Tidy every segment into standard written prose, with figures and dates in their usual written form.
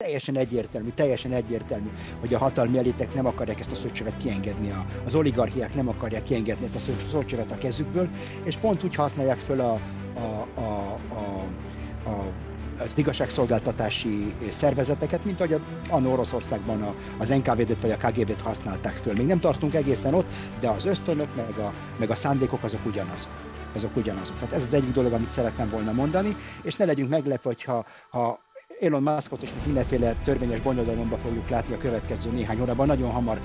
teljesen egyértelmű, hogy a hatalmi elitek nem akarják ezt a szócsövet kiengedni, az oligarchiák nem akarják kiengedni ezt a szócsövet a kezükből, és pont úgy használják föl az igazságszolgáltatási szervezeteket, mint ahogy anno Oroszországban az NKVD-t vagy a KGB-t használták föl. Még nem tartunk egészen ott, de az ösztönök meg a szándékok azok ugyanazok. Tehát ez az egyik dolog, amit szerettem volna mondani, és ne legyünk meglepve, ha Elon Muskot is mindenféle törvényes bonyodalomba fogjuk látni a következő néhány hónapban. Nagyon hamar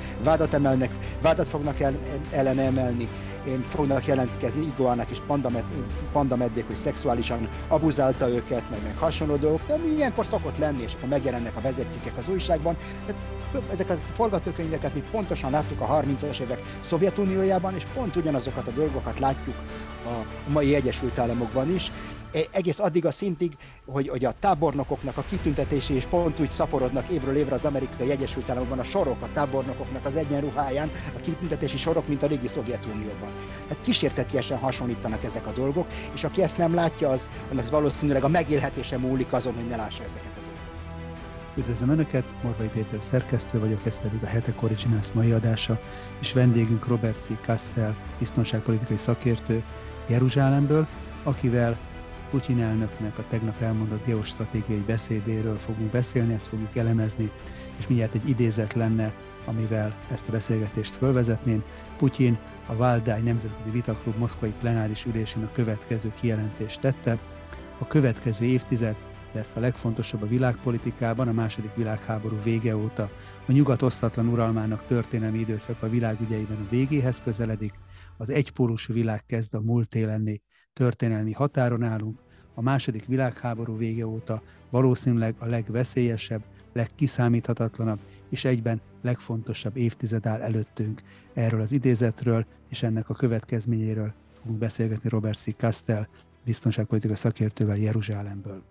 vádat fognak ellene emelni, fognak jelentkezni Iguának és Pandamedvék, hogy szexuálisan abuzálta őket, meg hasonló dolgok, de ilyenkor szokott lenni, és akkor megjelennek a vezércikkek az újságban. Ezeket a forgatókönyveket mi pontosan láttuk a 30-as évek Szovjetuniójában, és pont ugyanazokat a dolgokat látjuk a mai Egyesült Államokban is. Egész addig a szintig, hogy a tábornokoknak a kitüntetési és pont úgy szaporodnak évről évre az Amerikai Egyesült Államokban a sorok a tábornokoknak az egyenruháján, a kitüntetési sorok, mint a régi Szovjetunióban. Tehát kísértetiesen hasonlítanak ezek a dolgok, és aki ezt nem látja, az valószínűleg a megélhetése múlik azon, hogy ne lássa ezeket a dolgokat. Üdvözlöm Önöket, Morvai Péter szerkesztő vagyok, ez pedig a Hetek Originals mai adása, és vendégünk Robert C. Castel, biztonságpolitikai szakértő Jeruzsálemből, akivel Putyin elnöknek a tegnap elmondott geostratégiai beszédéről fogunk beszélni, ezt fogjuk elemezni, és mindjárt egy idézet lenne, amivel ezt a beszélgetést fölvezetném. Putyin a Valdai Nemzetközi Vitaklub moszkvai plenáris ülésén a következő kijelentést tette. A következő évtized lesz a legfontosabb a világpolitikában, a második világháború vége óta. A nyugat osztatlan uralmának történelmi időszak a világügyeiben a végéhez közeledik, az egypólusú világ kezd a múlté lenni. Történelmi határon állunk, a második világháború vége óta valószínűleg a legveszélyesebb, legkiszámíthatatlanabb és egyben legfontosabb évtized áll előttünk. Erről az idézetről és ennek a következményéről fogunk beszélgetni Robert C. Castel, biztonságpolitikai szakértővel Jeruzsálemből.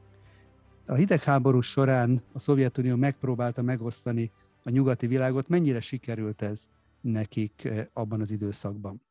A hidegháború során a Szovjetunió megpróbálta megosztani a nyugati világot. Mennyire sikerült ez nekik abban az időszakban?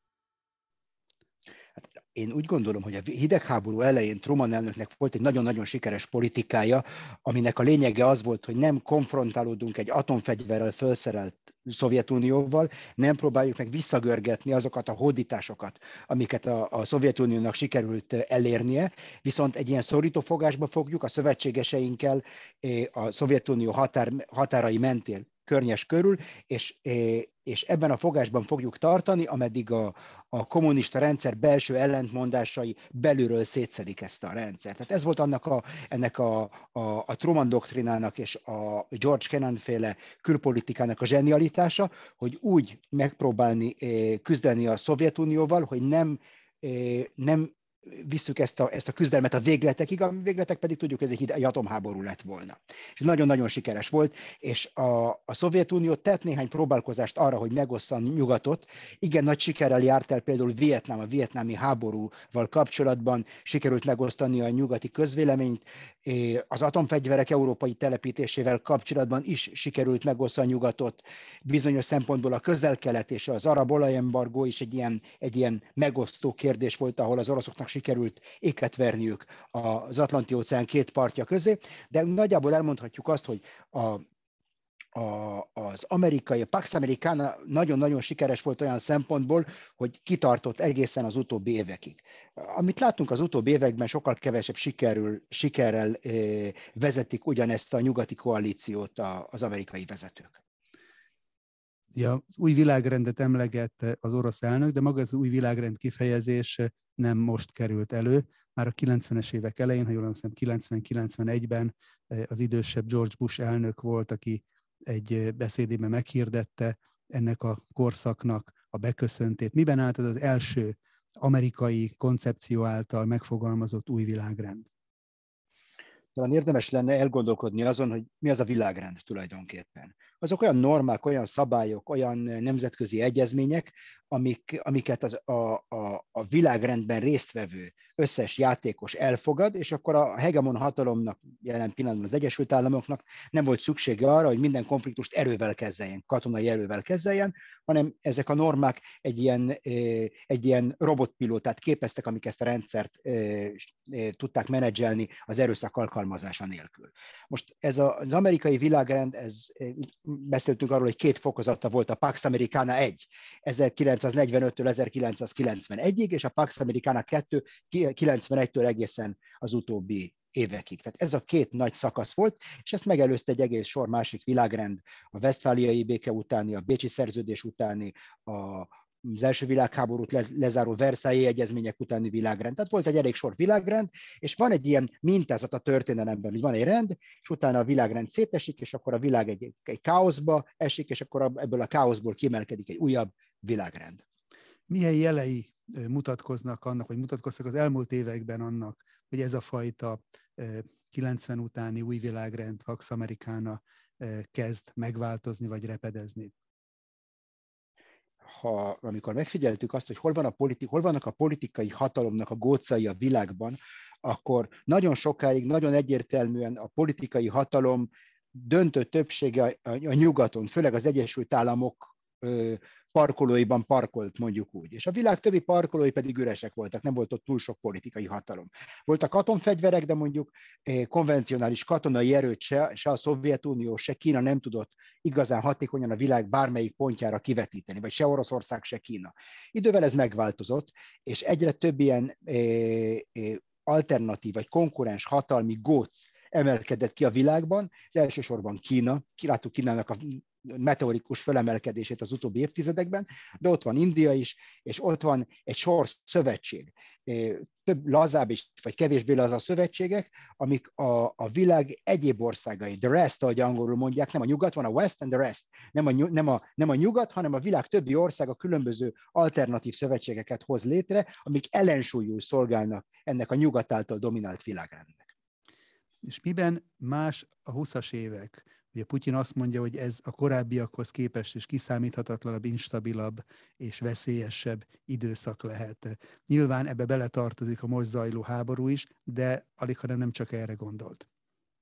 Én úgy gondolom, hogy a hidegháború elején Truman elnöknek volt egy nagyon-nagyon sikeres politikája, aminek a lényege az volt, hogy nem konfrontálódunk egy atomfegyverrel felszerelt Szovjetunióval, nem próbáljuk meg visszagörgetni azokat a hódításokat, amiket a Szovjetuniónak sikerült elérnie, viszont egy ilyen szorítófogásba fogjuk a szövetségeseinkkel a Szovjetunió határai mentén környes körül, és ebben a fogásban fogjuk tartani, ameddig a kommunista rendszer belső ellentmondásai belülről szétszedik ezt a rendszert. Tehát ez volt ennek a Truman doktrinának és a George Kennan féle külpolitikának a zsenialitása, hogy úgy megpróbálni küzdeni a Szovjetunióval, hogy nem visszük ezt a küzdelmet a végletekig, a végletek pedig tudjuk, hogy ez egy atomháború lett volna. És nagyon-nagyon sikeres volt, és a Szovjetunió tett néhány próbálkozást arra, hogy megossza a nyugatot. Igen nagy sikerrel járt el például Vietnám, a vietnámi háborúval kapcsolatban sikerült megosztani a nyugati közvéleményt, az atomfegyverek európai telepítésével kapcsolatban is sikerült megosztani a nyugatot. Bizonyos szempontból a Közel-Kelet és az arab olajembargó is egy ilyen megosztó kérdés volt, ahol az oroszoknak sikerült éket verniük az Atlanti-óceán két partja közé, de nagyjából elmondhatjuk azt, hogy az amerikai, a Pax Americana nagyon-nagyon sikeres volt olyan szempontból, hogy kitartott egészen az utóbbi évekig. Amit láttunk az utóbbi években, sokkal kevesebb sikerrel vezetik ugyanezt a nyugati koalíciót az amerikai vezetők. Ja, az új világrendet emlegette az orosz elnök, de maga az új világrend kifejezés nem most került elő. Már a 90-es évek elején, ha jól emlékszem, 90-91-ben az idősebb George Bush elnök volt, aki egy beszédében meghirdette ennek a korszaknak a beköszöntét. Miben állt ez az első amerikai koncepció által megfogalmazott új világrend? Talán érdemes lenne elgondolkodni azon, hogy mi az a világrend tulajdonképpen. Azok olyan normák, olyan szabályok, olyan nemzetközi egyezmények, amiket a világrendben résztvevő összes játékos elfogad, és akkor a hegemon hatalomnak, jelen pillanatban az Egyesült Államoknak nem volt szüksége arra, hogy minden konfliktust erővel kezeljen, katonai erővel kezeljen, hanem ezek a normák egy ilyen robotpilótát képeztek, amik ezt a rendszert tudták menedzselni az erőszak alkalmazása nélkül. Most ez az amerikai világrend, beszéltünk arról, hogy 2 fokozata volt, a Pax Americana 1, 1945-től 1991-ig, és a Pax Americana 2, 91-től egészen az utóbbi évekig. Tehát ez a 2 nagy szakasz volt, és ezt megelőzte egy egész sor másik világrend, a Westfáliai béke utáni, a Bécsi szerződés utáni, az első világháborút lezáró Versailles egyezmények utáni világrend. Tehát volt egy elég sor világrend, és van egy ilyen mintázat a történelemben, hogy van egy rend, és utána a világrend szétesik, és akkor a világ egy káoszba esik, és akkor ebből a káoszból kiemelkedik egy újabb világrend. Milyen jelei mutatkoznak annak, vagy mutatkoztak az elmúlt években annak, hogy ez a fajta 90 utáni új világrend, Pax Americana kezd megváltozni, vagy repedezni? Amikor megfigyeltük azt, hogy hol vannak a politikai hatalomnak a gócai a világban, akkor nagyon sokáig, nagyon egyértelműen a politikai hatalom döntő többsége a nyugaton, főleg az Egyesült Államok parkolóiban parkolt, mondjuk úgy. És a világ többi parkolói pedig üresek voltak, nem volt ott túl sok politikai hatalom. Voltak atomfegyverek, de mondjuk konvencionális katonai erőt se a Szovjetunió, se Kína nem tudott igazán hatékonyan a világ bármelyik pontjára kivetíteni, vagy se Oroszország, se Kína. Idővel ez megváltozott, és egyre több ilyen alternatív vagy konkurens hatalmi góc emelkedett ki a világban, az elsősorban Kína. Láttuk Kínának a meteorikus fölemelkedését az utóbbi évtizedekben, de ott van India is, és ott van egy sor szövetség. Több lazább vagy kevésbé lazább szövetségek, amik a világ egyéb országai, the rest, ahogy angolul mondják, nem a nyugat, van a west and the rest. Nem a nyugat, hanem a világ többi országa különböző alternatív szövetségeket hoz létre, amik ellensúlyul szolgálnak ennek a nyugat által dominált világrendnek. És miben más a 20-as évek? Ugye Putyin azt mondja, hogy ez a korábbiakhoz képest is kiszámíthatatlanabb, instabilabb és veszélyesebb időszak lehet. Nyilván ebbe beletartozik a most zajló háború is, de alighanem nem csak erre gondolt.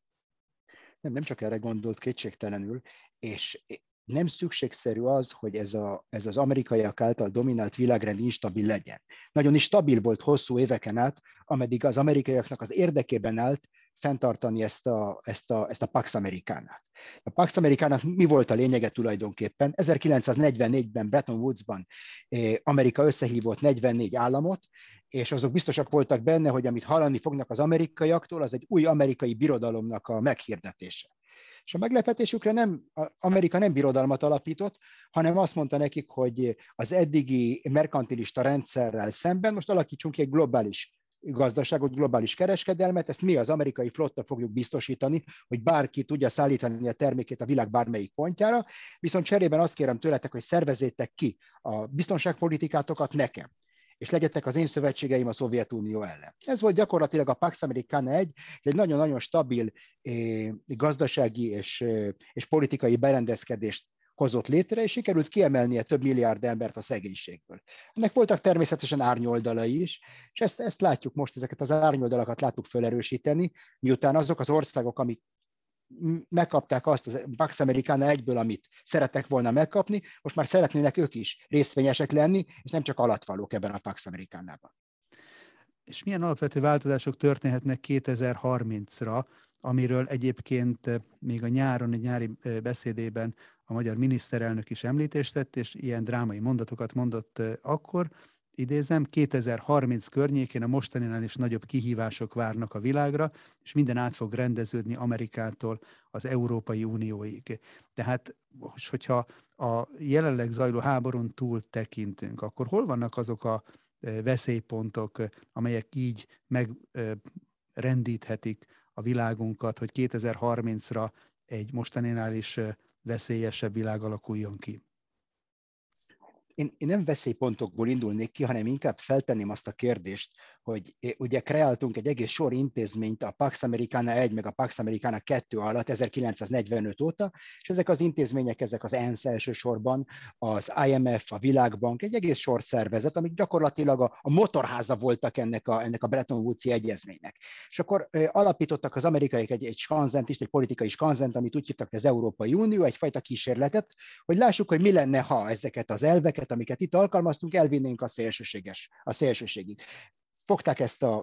Nem csak erre gondolt kétségtelenül, és nem szükségszerű az, hogy ez az amerikaiak által dominált világrend instabil legyen. Nagyon is stabil volt hosszú éveken át, ameddig az amerikaiaknak az érdekében állt fenntartani ezt a Pax Americanát. A Pax Americanak mi volt a lényege tulajdonképpen? 1944-ben Bretton Woodsban Amerika összehívott 44 államot, és azok biztosak voltak benne, hogy amit hallani fognak az amerikaiaktól, az egy új amerikai birodalomnak a meghirdetése. És a meglepetésükre Amerika nem birodalmat alapított, hanem azt mondta nekik, hogy az eddigi merkantilista rendszerrel szemben most alakítsunk ki egy globális gazdaságot, globális kereskedelmet, ezt mi az amerikai flotta fogjuk biztosítani, hogy bárki tudja szállítani a termékét a világ bármelyik pontjára, viszont cserében azt kérem tőletek, hogy szervezzétek ki a biztonságpolitikátokat nekem, és legyetek az én szövetségeim a Szovjetunió ellen. Ez volt gyakorlatilag a Pax Americana 1, egy nagyon-nagyon stabil gazdasági és politikai berendezkedést hozott létre, és sikerült kiemelnie több milliárd embert a szegénységből. Ennek voltak természetesen árnyoldalai is, és ezt látjuk most, ezeket az árnyoldalakat láttuk felerősíteni, miután azok az országok, amik megkapták azt a Pax Americana 1-ből, amit szerettek volna megkapni, most már szeretnének ők is részvényesek lenni, és nem csak alattvalók ebben a Pax Americanában. És milyen alapvető változások történhetnek 2030-ra, amiről egyébként még a nyáron, egy nyári beszédében a magyar miniszterelnök is említést tett, és ilyen drámai mondatokat mondott akkor, idézem, 2030 környékén a mostaninál is nagyobb kihívások várnak a világra, és minden át fog rendeződni Amerikától az Európai Unióig. Tehát, hogyha a jelenleg zajló háborún túl tekintünk, akkor hol vannak azok a veszélypontok, amelyek így megrendíthetik a világunkat, hogy 2030-ra egy mostaninál is veszélyesebb világ alakuljon ki? én nem veszélypontokból indulnék ki, hanem inkább feltenném azt a kérdést, hogy ugye kreáltunk egy egész sor intézményt a Pax Americana 1 meg a Pax Americana 2 alatt 1945 óta, és ezek az intézmények, ezek az ENSZ elsősorban, az IMF, a Világbank, egy egész sor szervezet, amik gyakorlatilag a motorháza voltak ennek a Bretton Woods-i egyezménynek. És akkor alapítottak az amerikaiak egy skanzent is, egy politikai skanzent, amit úgy hívtak, az Európai Unió, egyfajta kísérletet, hogy lássuk, hogy mi lenne, ha ezeket az elveket, amiket itt alkalmaztunk, elvinnénk a szélsőségig. Fogták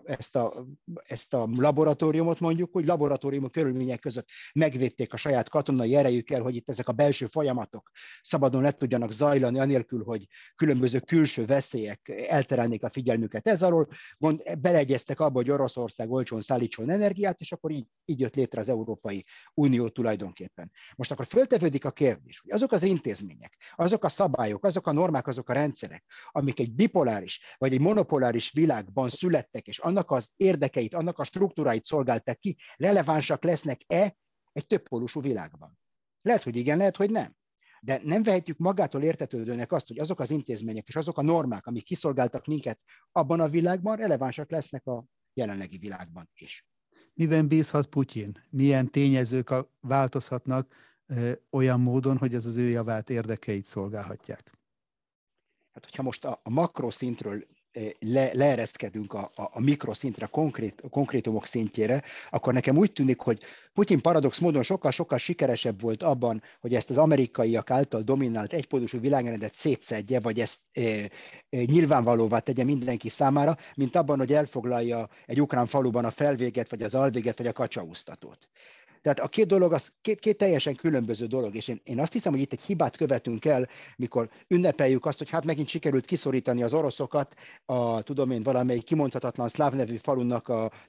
ezt a laboratóriumot, mondjuk, hogy laboratóriumok körülmények között megvédték a saját katonai erejükkel, hogy itt ezek a belső folyamatok szabadon le tudjanak zajlani, anélkül, hogy különböző külső veszélyek elterelnék a figyelmüket. Ez arról beleegyeztek abba, hogy Oroszország olcsón szállítson energiát, és akkor így jött létre az Európai Unió tulajdonképpen. Most akkor föltevődik a kérdés, hogy azok az intézmények, azok a szabályok, azok a normák, azok a rendszerek, amik egy bipoláris vagy egy monopoláris világban születtek, és annak az érdekeit, annak a struktúráit szolgálták ki, relevánsak lesznek-e egy többpólusú világban? Lehet, hogy igen, lehet, hogy nem. De nem vehetjük magától értetődőnek azt, hogy azok az intézmények és azok a normák, amik kiszolgáltak minket abban a világban, relevánsak lesznek a jelenlegi világban is. Miben bízhat Putyin? Milyen tényezők változhatnak olyan módon, hogy ez az ő javát, érdekeit szolgálhatják? Hát, hogyha most a makroszintről leereszkedünk a mikroszintre, a konkrétumok szintjére, akkor nekem úgy tűnik, hogy Putyin paradox módon sokkal sikeresebb volt abban, hogy ezt az amerikaiak által dominált egypólusú világrendet szétszedje, vagy ezt nyilvánvalóvá tegye mindenki számára, mint abban, hogy elfoglalja egy ukrán faluban a felvéget, vagy az alvéget, vagy a kacsaúsztatót. Tehát a két dolog, az két teljesen különböző dolog, és én azt hiszem, hogy itt egy hibát követünk el, mikor ünnepeljük azt, hogy hát megint sikerült kiszorítani az oroszokat valamelyik kimondhatatlan szláv nevű falunak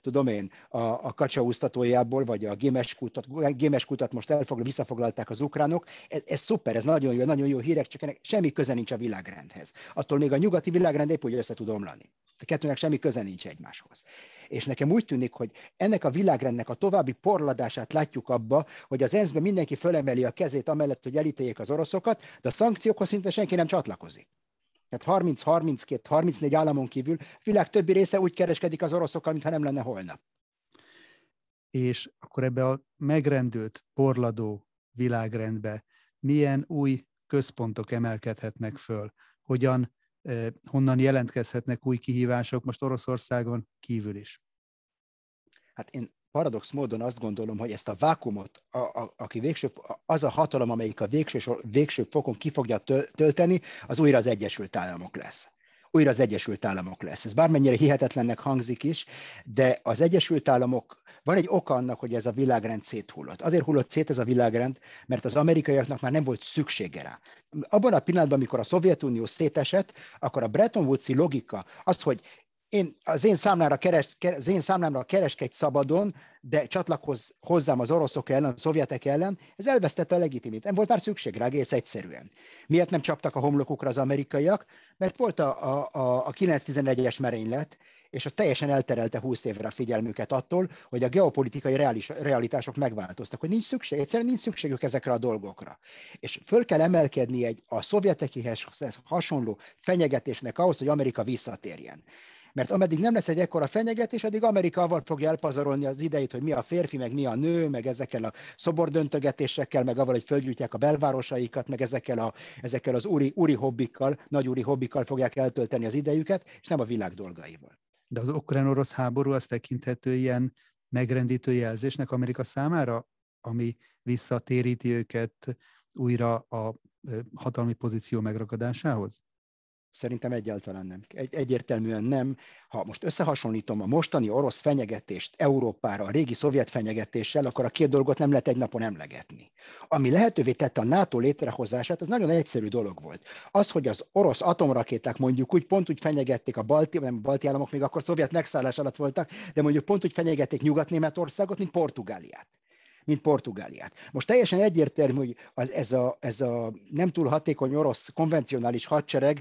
a kacsaúsztatójából, vagy a Gémeskutat most visszafoglalták az ukránok. Ez szuper, ez nagyon jó hírek, csak ennek semmi köze nincs a világrendhez. Attól még a nyugati világrend épp úgy össze tud omlani. A kettőnek semmi köze nincs egymáshoz. És nekem úgy tűnik, hogy ennek a világrendnek a további porladását látjuk abba, hogy az ENSZ-ben mindenki fölemeli a kezét amellett, hogy elítéljék az oroszokat, de a szankciókhoz szinte senki nem csatlakozik. Tehát 30, 32, 34 államon kívül a világ többi része úgy kereskedik az oroszokkal, mintha nem lenne holnap. És akkor ebbe a megrendült, porladó világrendbe milyen új központok emelkedhetnek föl? Honnan jelentkezhetnek új kihívások most Oroszországon kívül is? Hát én paradox módon azt gondolom, hogy ezt a vákumot, az a hatalom, amelyik a végső fokon ki fogja tölteni, az újra az Egyesült Államok lesz. Ez bármennyire hihetetlennek hangzik is, de az Egyesült Államok, van egy oka annak, hogy ez a világrend széthullott. Azért hullott szét ez a világrend, mert az amerikaiaknak már nem volt szüksége rá. Abban a pillanatban, amikor a Szovjetunió szétesett, akkor a Bretton Woods-i logika az, hogy az én számlámra kereskedj szabadon, de csatlakozz hozzám az oroszok ellen, a szovjetek ellen, ez elvesztette a legitimitást. Nem volt már szükség rá, egész egyszerűen. Miért nem csaptak a homlokukra az amerikaiak? Mert volt a 9-11-es merénylet, és az teljesen elterelte 20 évre a figyelmüket attól, hogy a geopolitikai realitások megváltoztak, hogy egyszerűen nincs szükségük ezekre a dolgokra. És föl kell emelkedni a szovjetekihez hasonló fenyegetésnek ahhoz, hogy Amerika visszatérjen. Mert ameddig nem lesz egy ekkora fenyegetés, addig Amerika avval fogja elpazarolni az idejét, hogy mi a férfi, meg mi a nő, meg ezekkel a szobordöntögetésekkel, meg avval, hogy fölgyújtják a belvárosaikat, meg ezekkel az úri hobbikkal, nagy úri hobbikkal fogják eltölteni az idejüket, és nem a világ dolgaival. De az ukrán-orosz háború az tekinthető ilyen megrendítő jelzésnek Amerika számára, ami visszatéríti őket újra a hatalmi pozíció megragadásához? Szerintem egyáltalán nem. Egyértelműen nem. Ha most összehasonlítom a mostani orosz fenyegetést Európára, a régi szovjet fenyegetéssel, akkor a két dolgot nem lehet egy napon emlegetni. Ami lehetővé tette a NATO létrehozását, az nagyon egyszerű dolog volt. Az, hogy az orosz atomrakéták mondjuk pont úgy fenyegették a balti államok, még akkor szovjet megszállás alatt voltak, de mondjuk pont úgy fenyegették Nyugat-Németországot, mint Portugáliát. Most teljesen egyértelmű, hogy ez a nem túl hatékony orosz konvencionális hadsereg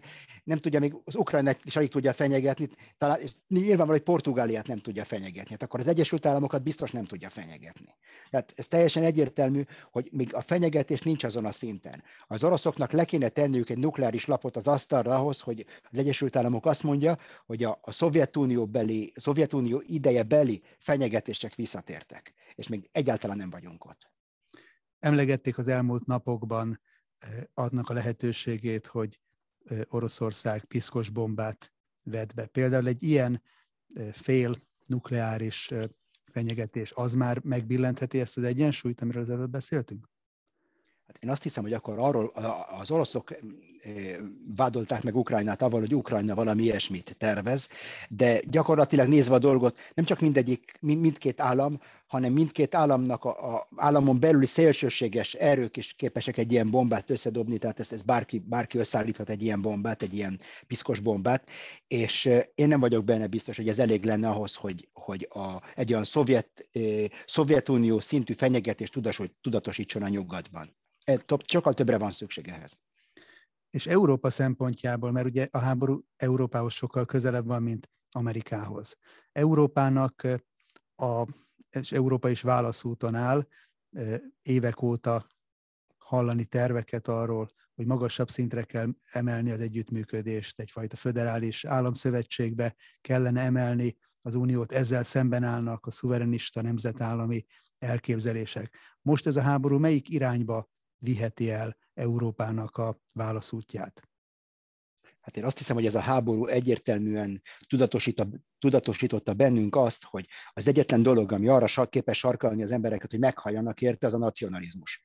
nem tudja még az Ukrajnát is alig tudja fenyegetni, talán nyilvánvaló, hogy Portugáliát nem tudja fenyegetni, hát akkor az Egyesült Államokat biztos nem tudja fenyegetni. Tehát ez teljesen egyértelmű, hogy még a fenyegetés nincs azon a szinten. Az oroszoknak le kéne tenniük egy nukleáris lapot az asztalra ahhoz, hogy az Egyesült Államok azt mondja, hogy a Szovjetunió ideje beli fenyegetések visszatértek, és még egyáltalán nem vagyunk ott. Emlegették az elmúlt napokban annak a lehetőségét, hogy Oroszország piszkos bombát vet be. Például egy ilyen fél nukleáris fenyegetés, az már megbillentheti ezt az egyensúlyt, amiről az előbb beszéltünk? Hát én azt hiszem, hogy akkor arról az oroszok vádolták meg Ukrajnát avval, hogy Ukrajna valami ilyesmit tervez, de gyakorlatilag nézve a dolgot, nem csak mindkét állam, hanem mindkét államnak a államon belüli szélsőséges erők is képesek egy ilyen bombát összedobni, tehát ezt bárki összeállíthat egy ilyen bombát, egy ilyen piszkos bombát, és én nem vagyok benne biztos, hogy ez elég lenne ahhoz, hogy egy olyan Szovjetunió szintű fenyegetést tudatosítson a nyugatban. Sokkal többre van szükség ehhez. És Európa szempontjából, mert ugye a háború Európához sokkal közelebb van, mint Amerikához. Európának, és Európa is válaszúton áll, évek óta hallani terveket arról, hogy magasabb szintre kell emelni az együttműködést, egyfajta föderális államszövetségbe kellene emelni az uniót, ezzel szemben állnak a szuverenista nemzetállami elképzelések. Most ez a háború melyik irányba viheti el Európának a válaszútját? Hát én azt hiszem, hogy ez a háború egyértelműen tudatosította bennünk azt, hogy az egyetlen dolog, ami arra képes sarkalni az embereket, hogy meghalljanak érte, az a nacionalizmus.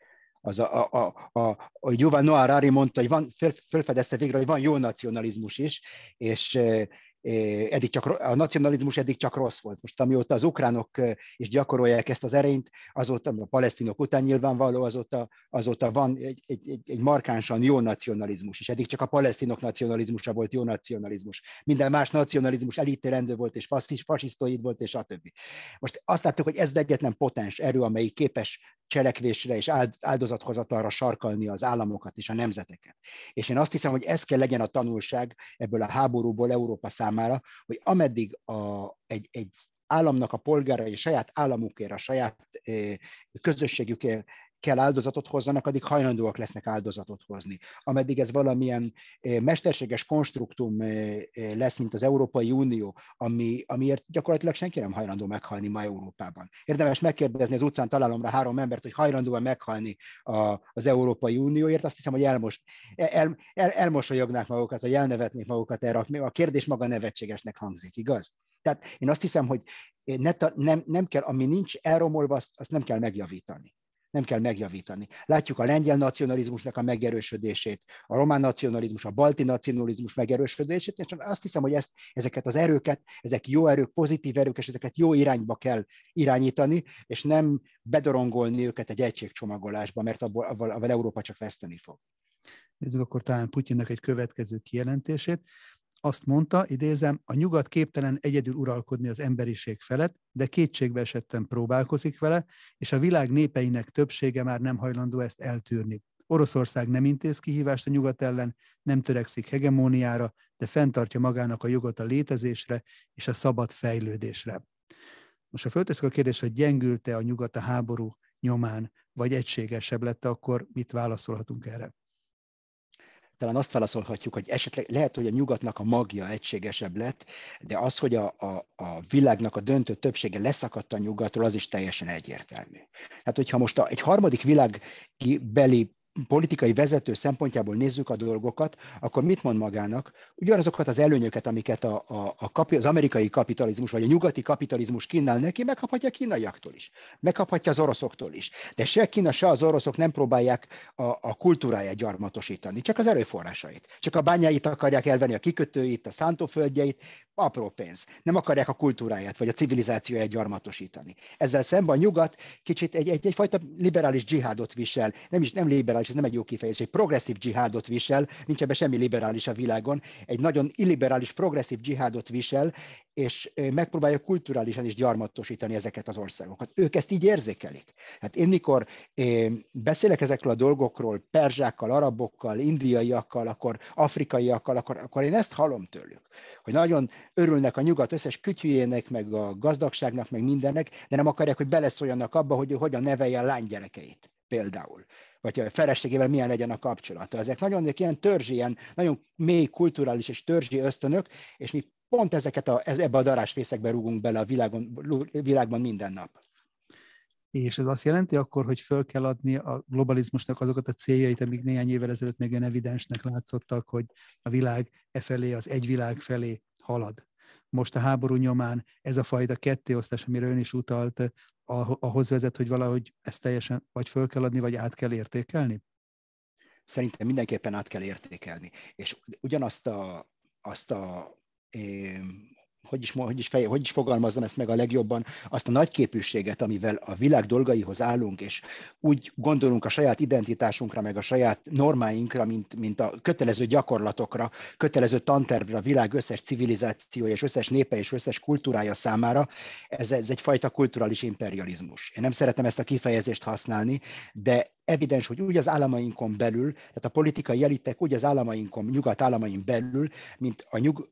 Hogy Yuval Noah Harari mondta, hogy felfedezte végre, hogy van jó nacionalizmus is, és a nacionalizmus eddig csak rossz volt. Most amióta az ukránok is gyakorolják ezt az erényt, azóta a palesztinok után nyilvánvaló, azóta van egy markánsan jó nacionalizmus is. Eddig csak a palesztinok nacionalizmusa volt jó nacionalizmus. Minden más nacionalizmus elítélendő volt, és fasisztoid volt, és stb. Most azt láttuk, hogy ez egyetlen potens erő, amelyik képes cselekvésre és áldozathozatalra sarkalni az államokat és a nemzeteket. És én azt hiszem, hogy ez kell legyen a tanulság ebből a háborúból Európa számára, hogy ameddig egy államnak a polgárai a saját államukért, a saját közösségükért kell áldozatot hozzanak, addig hajlandóak lesznek áldozatot hozni. Ameddig ez valamilyen mesterséges konstruktum lesz, mint az Európai Unió, amiért gyakorlatilag senki nem hajlandó meghalni ma Európában. Érdemes megkérdezni az utcán találomra 3 embert, hogy hajlandó-e meghalni az Európai Unióért, azt hiszem, hogy elmosolyognák magukat, vagy elnevetnék magukat erre. A kérdés maga nevetségesnek hangzik, igaz? Tehát én azt hiszem, hogy nem kell, ami nincs elromolva, azt nem kell megjavítani. Nem kell megjavítani. Látjuk a lengyel nacionalizmusnak a megerősödését, a román nacionalizmus, a balti nacionalizmus megerősödését, és azt hiszem, hogy ezeket az erőket, ezek jó erők, pozitív erők, és ezeket jó irányba kell irányítani, és nem bedorongolni őket egy egységcsomagolásba, mert abban Európa csak veszteni fog. Nézzük akkor talán Putyinnak egy következő kijelentését. Azt mondta, idézem, a nyugat képtelen egyedül uralkodni az emberiség felett, de kétségbe esetten próbálkozik vele, és a világ népeinek többsége már nem hajlandó ezt eltűrni. Oroszország nem intéz kihívást a nyugat ellen, nem törekszik hegemóniára, de fenntartja magának a jogot a létezésre és a szabad fejlődésre. Most ha föltesszük a kérdést, hogy gyengült-e a nyugat a háború nyomán, vagy egységesebb lett, akkor mit válaszolhatunk erre? Talán azt válaszolhatjuk, hogy esetleg lehet, hogy a nyugatnak a magja egységesebb lett, de az, hogy a világnak a döntő többsége leszakadt a nyugatról, az is teljesen egyértelmű. Tehát, hogyha most egy harmadik világbeli politikai vezető szempontjából nézzük a dolgokat, akkor mit mond magának? Ugyanazokat az előnyöket, amiket az amerikai kapitalizmus vagy a nyugati kapitalizmus kínál neki, megkaphatja a kínaiaktól is. Megkaphatja az oroszoktól is. De se Kína, se az oroszok nem próbálják a kultúráját gyarmatosítani, csak az erőforrásait. Csak a bányáit akarják elvenni, a kikötőit, a szántóföldjeit, apró pénz. Nem akarják a kultúráját vagy a civilizációját gyarmatosítani. Ezzel szemben a nyugat kicsit egyfajta liberális dzsihádot visel, nem liberális, ez nem egy jó kifejezés, egy progresszív dzsihádot visel, nincs ebben semmi liberális a világon, egy nagyon illiberális, progresszív dzsihádot visel, és megpróbálja kulturálisan is gyarmatosítani ezeket az országokat. Ők ezt így érzékelik. Hát én mikor beszélek ezekről a dolgokról perzsákkal, arabokkal, indiaiakkal, akkor afrikaiakkal, akkor én ezt hallom tőlük, hogy nagyon örülnek a nyugat összes kütyüjének, meg a gazdagságnak, meg mindennek, de nem akarják, hogy beleszóljanak abba, hogy ő hogyan nevelje a lánygyerekeit például, vagy a feleségével milyen legyen a kapcsolata. Ezek nagyon ilyen törzsi, ilyen nagyon mély kulturális és törzsi ösztönök, és mi pont ebbe a darásfészekbe rúgunk bele a világban minden nap. És ez azt jelenti akkor, hogy föl kell adni a globalizmusnak azokat a céljait, amik néhány évvel ezelőtt még olyan evidensnek látszottak, hogy a világ felé, az egy világ felé halad. Most a háború nyomán ez a fajta kettéosztás, amire ön is utalt, ahhoz vezet, hogy valahogy ezt teljesen vagy föl kell adni, vagy át kell értékelni? Szerintem mindenképpen át kell értékelni. És ugyanazt hogy is fogalmazzam ezt meg a legjobban, azt a nagyképűséget, amivel a világ dolgaihoz állunk, és úgy gondolunk a saját identitásunkra, meg a saját normáinkra, mint a kötelező gyakorlatokra, kötelező tantervre a világ összes civilizációja, és összes népe, és összes kultúrája számára, ez egyfajta kulturális imperializmus. Én nem szeretem ezt a kifejezést használni, de evidens, hogy úgy az államainkon belül, tehát a politikai elitek úgy az államainkon, nyugat államain belül, mint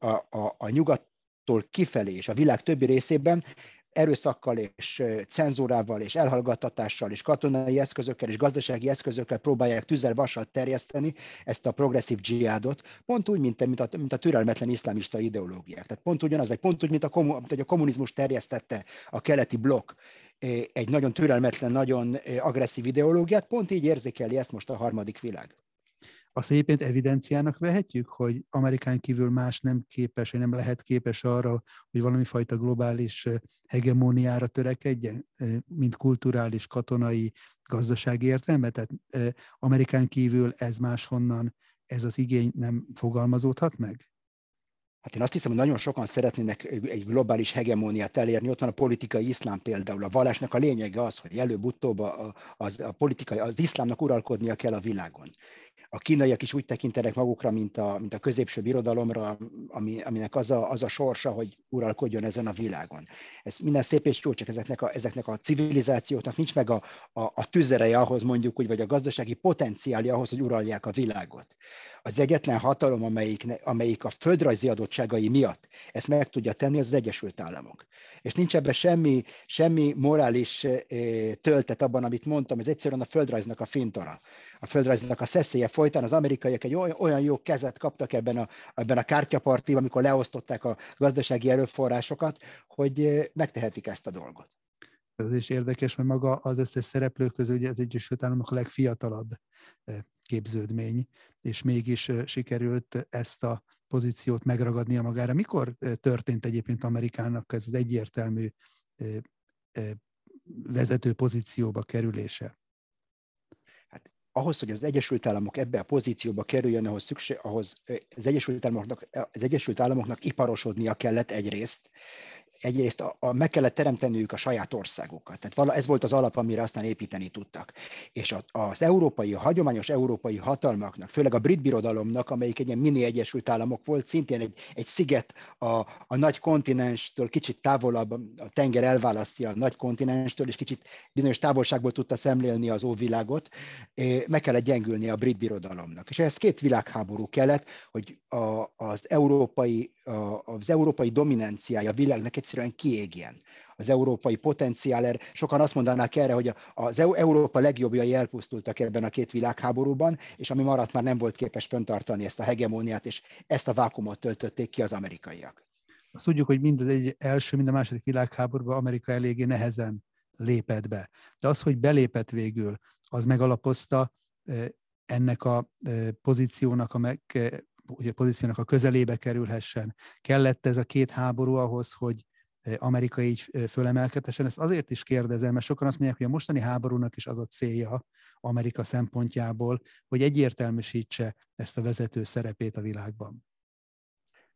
a nyugat kifelé és a világ többi részében erőszakkal és cenzúrával és elhallgattatással és katonai eszközökkel és gazdasági eszközökkel próbálják tűzzel-vassal terjeszteni ezt a progresszív dzsihádot, pont úgy, mint a türelmetlen iszlámista ideológiák. Tehát pont ugyanaz, vagy pont úgy, mint a kommunizmus terjesztette a keleti blokk egy nagyon türelmetlen, nagyon agresszív ideológiát, pont így érzékeli ezt most a harmadik világ. Azt egyébként evidenciának vehetjük, hogy Amerikán kívül más nem képes, vagy nem lehet képes arra, hogy valami fajta globális hegemóniára törekedjen, mint kulturális, katonai, gazdasági értelme? Tehát Amerikán kívül ez máshonnan, ez az igény nem fogalmazódhat meg? Hát én azt hiszem, hogy nagyon sokan szeretnének egy globális hegemóniát elérni. Ott van a politikai iszlám például. A vallásnak a lényege az, hogy előbb-utóbb az iszlámnak uralkodnia kell a világon. A kínaiak is úgy tekintenek magukra, mint a középső birodalomra, aminek az a sorsa, hogy uralkodjon ezen a világon. Ez minden szép és jó, csak ezeknek a civilizációknak nincs meg a tüzereje ahhoz, mondjuk úgy, vagy a gazdasági potenciálja ahhoz, hogy uralják a világot. Az egyetlen hatalom, amelyik a földrajzi adottságai miatt ezt meg tudja tenni, az Egyesült Államok. És nincs ebben semmi morális töltet abban, amit mondtam, ez egyszerűen a földrajznak a fintora. A földrajznak a szeszélye folytán az amerikaiak egy olyan jó kezet kaptak ebben a kártyapartiban, amikor leosztották a gazdasági erőforrásokat, hogy megtehetik ezt a dolgot. Ez is érdekes, mert maga az összes szereplő közül ugye az Egyesült Államok a legfiatalabb képződmény, és mégis sikerült ezt a pozíciót megragadnia magára. Mikor történt egyébként Amerikának ez az egyértelmű vezető pozícióba kerülése? Hát ahhoz, hogy az Egyesült Államok ebbe a pozícióba kerüljön, ahhoz az Egyesült Államoknak iparosodnia kellett egyrészt meg kellett teremteniük a saját országukat. Tehát ez volt az alap, amire aztán építeni tudtak. És a hagyományos európai hatalmaknak, főleg a brit birodalomnak, amelyik egy ilyen mini Egyesült Államok volt, szintén egy sziget a nagy kontinenstől, kicsit távolabb, a tenger elválasztja a nagy kontinenstől, és kicsit bizonyos távolságból tudta szemlélni az óvilágot, meg kellett gyengülni a brit birodalomnak. És ehhez 2 világháború kellett, hogy az európai dominanciája a világnak egyszerűen kiégjen. Az európai potenciál, sokan azt mondanák erre, hogy az Európa legjobbjai elpusztultak ebben a 2 világháborúban, és ami maradt, már nem volt képes fenntartani ezt a hegemóniát, és ezt a vákumot töltötték ki az amerikaiak. Azt tudjuk, hogy mind az első, mind a második világháborúban Amerika eléggé nehezen lépett be. De az, hogy belépett végül, az megalapozta ennek a pozíciónak hogy a pozíciónak a közelébe kerülhessen. Kellett ez a 2 háború ahhoz, hogy Amerika így fölemelkedhessen. Ezt azért is kérdezem, mert sokan azt mondják, hogy a mostani háborúnak is az a célja Amerika szempontjából, hogy egyértelműsítse ezt a vezető szerepét a világban.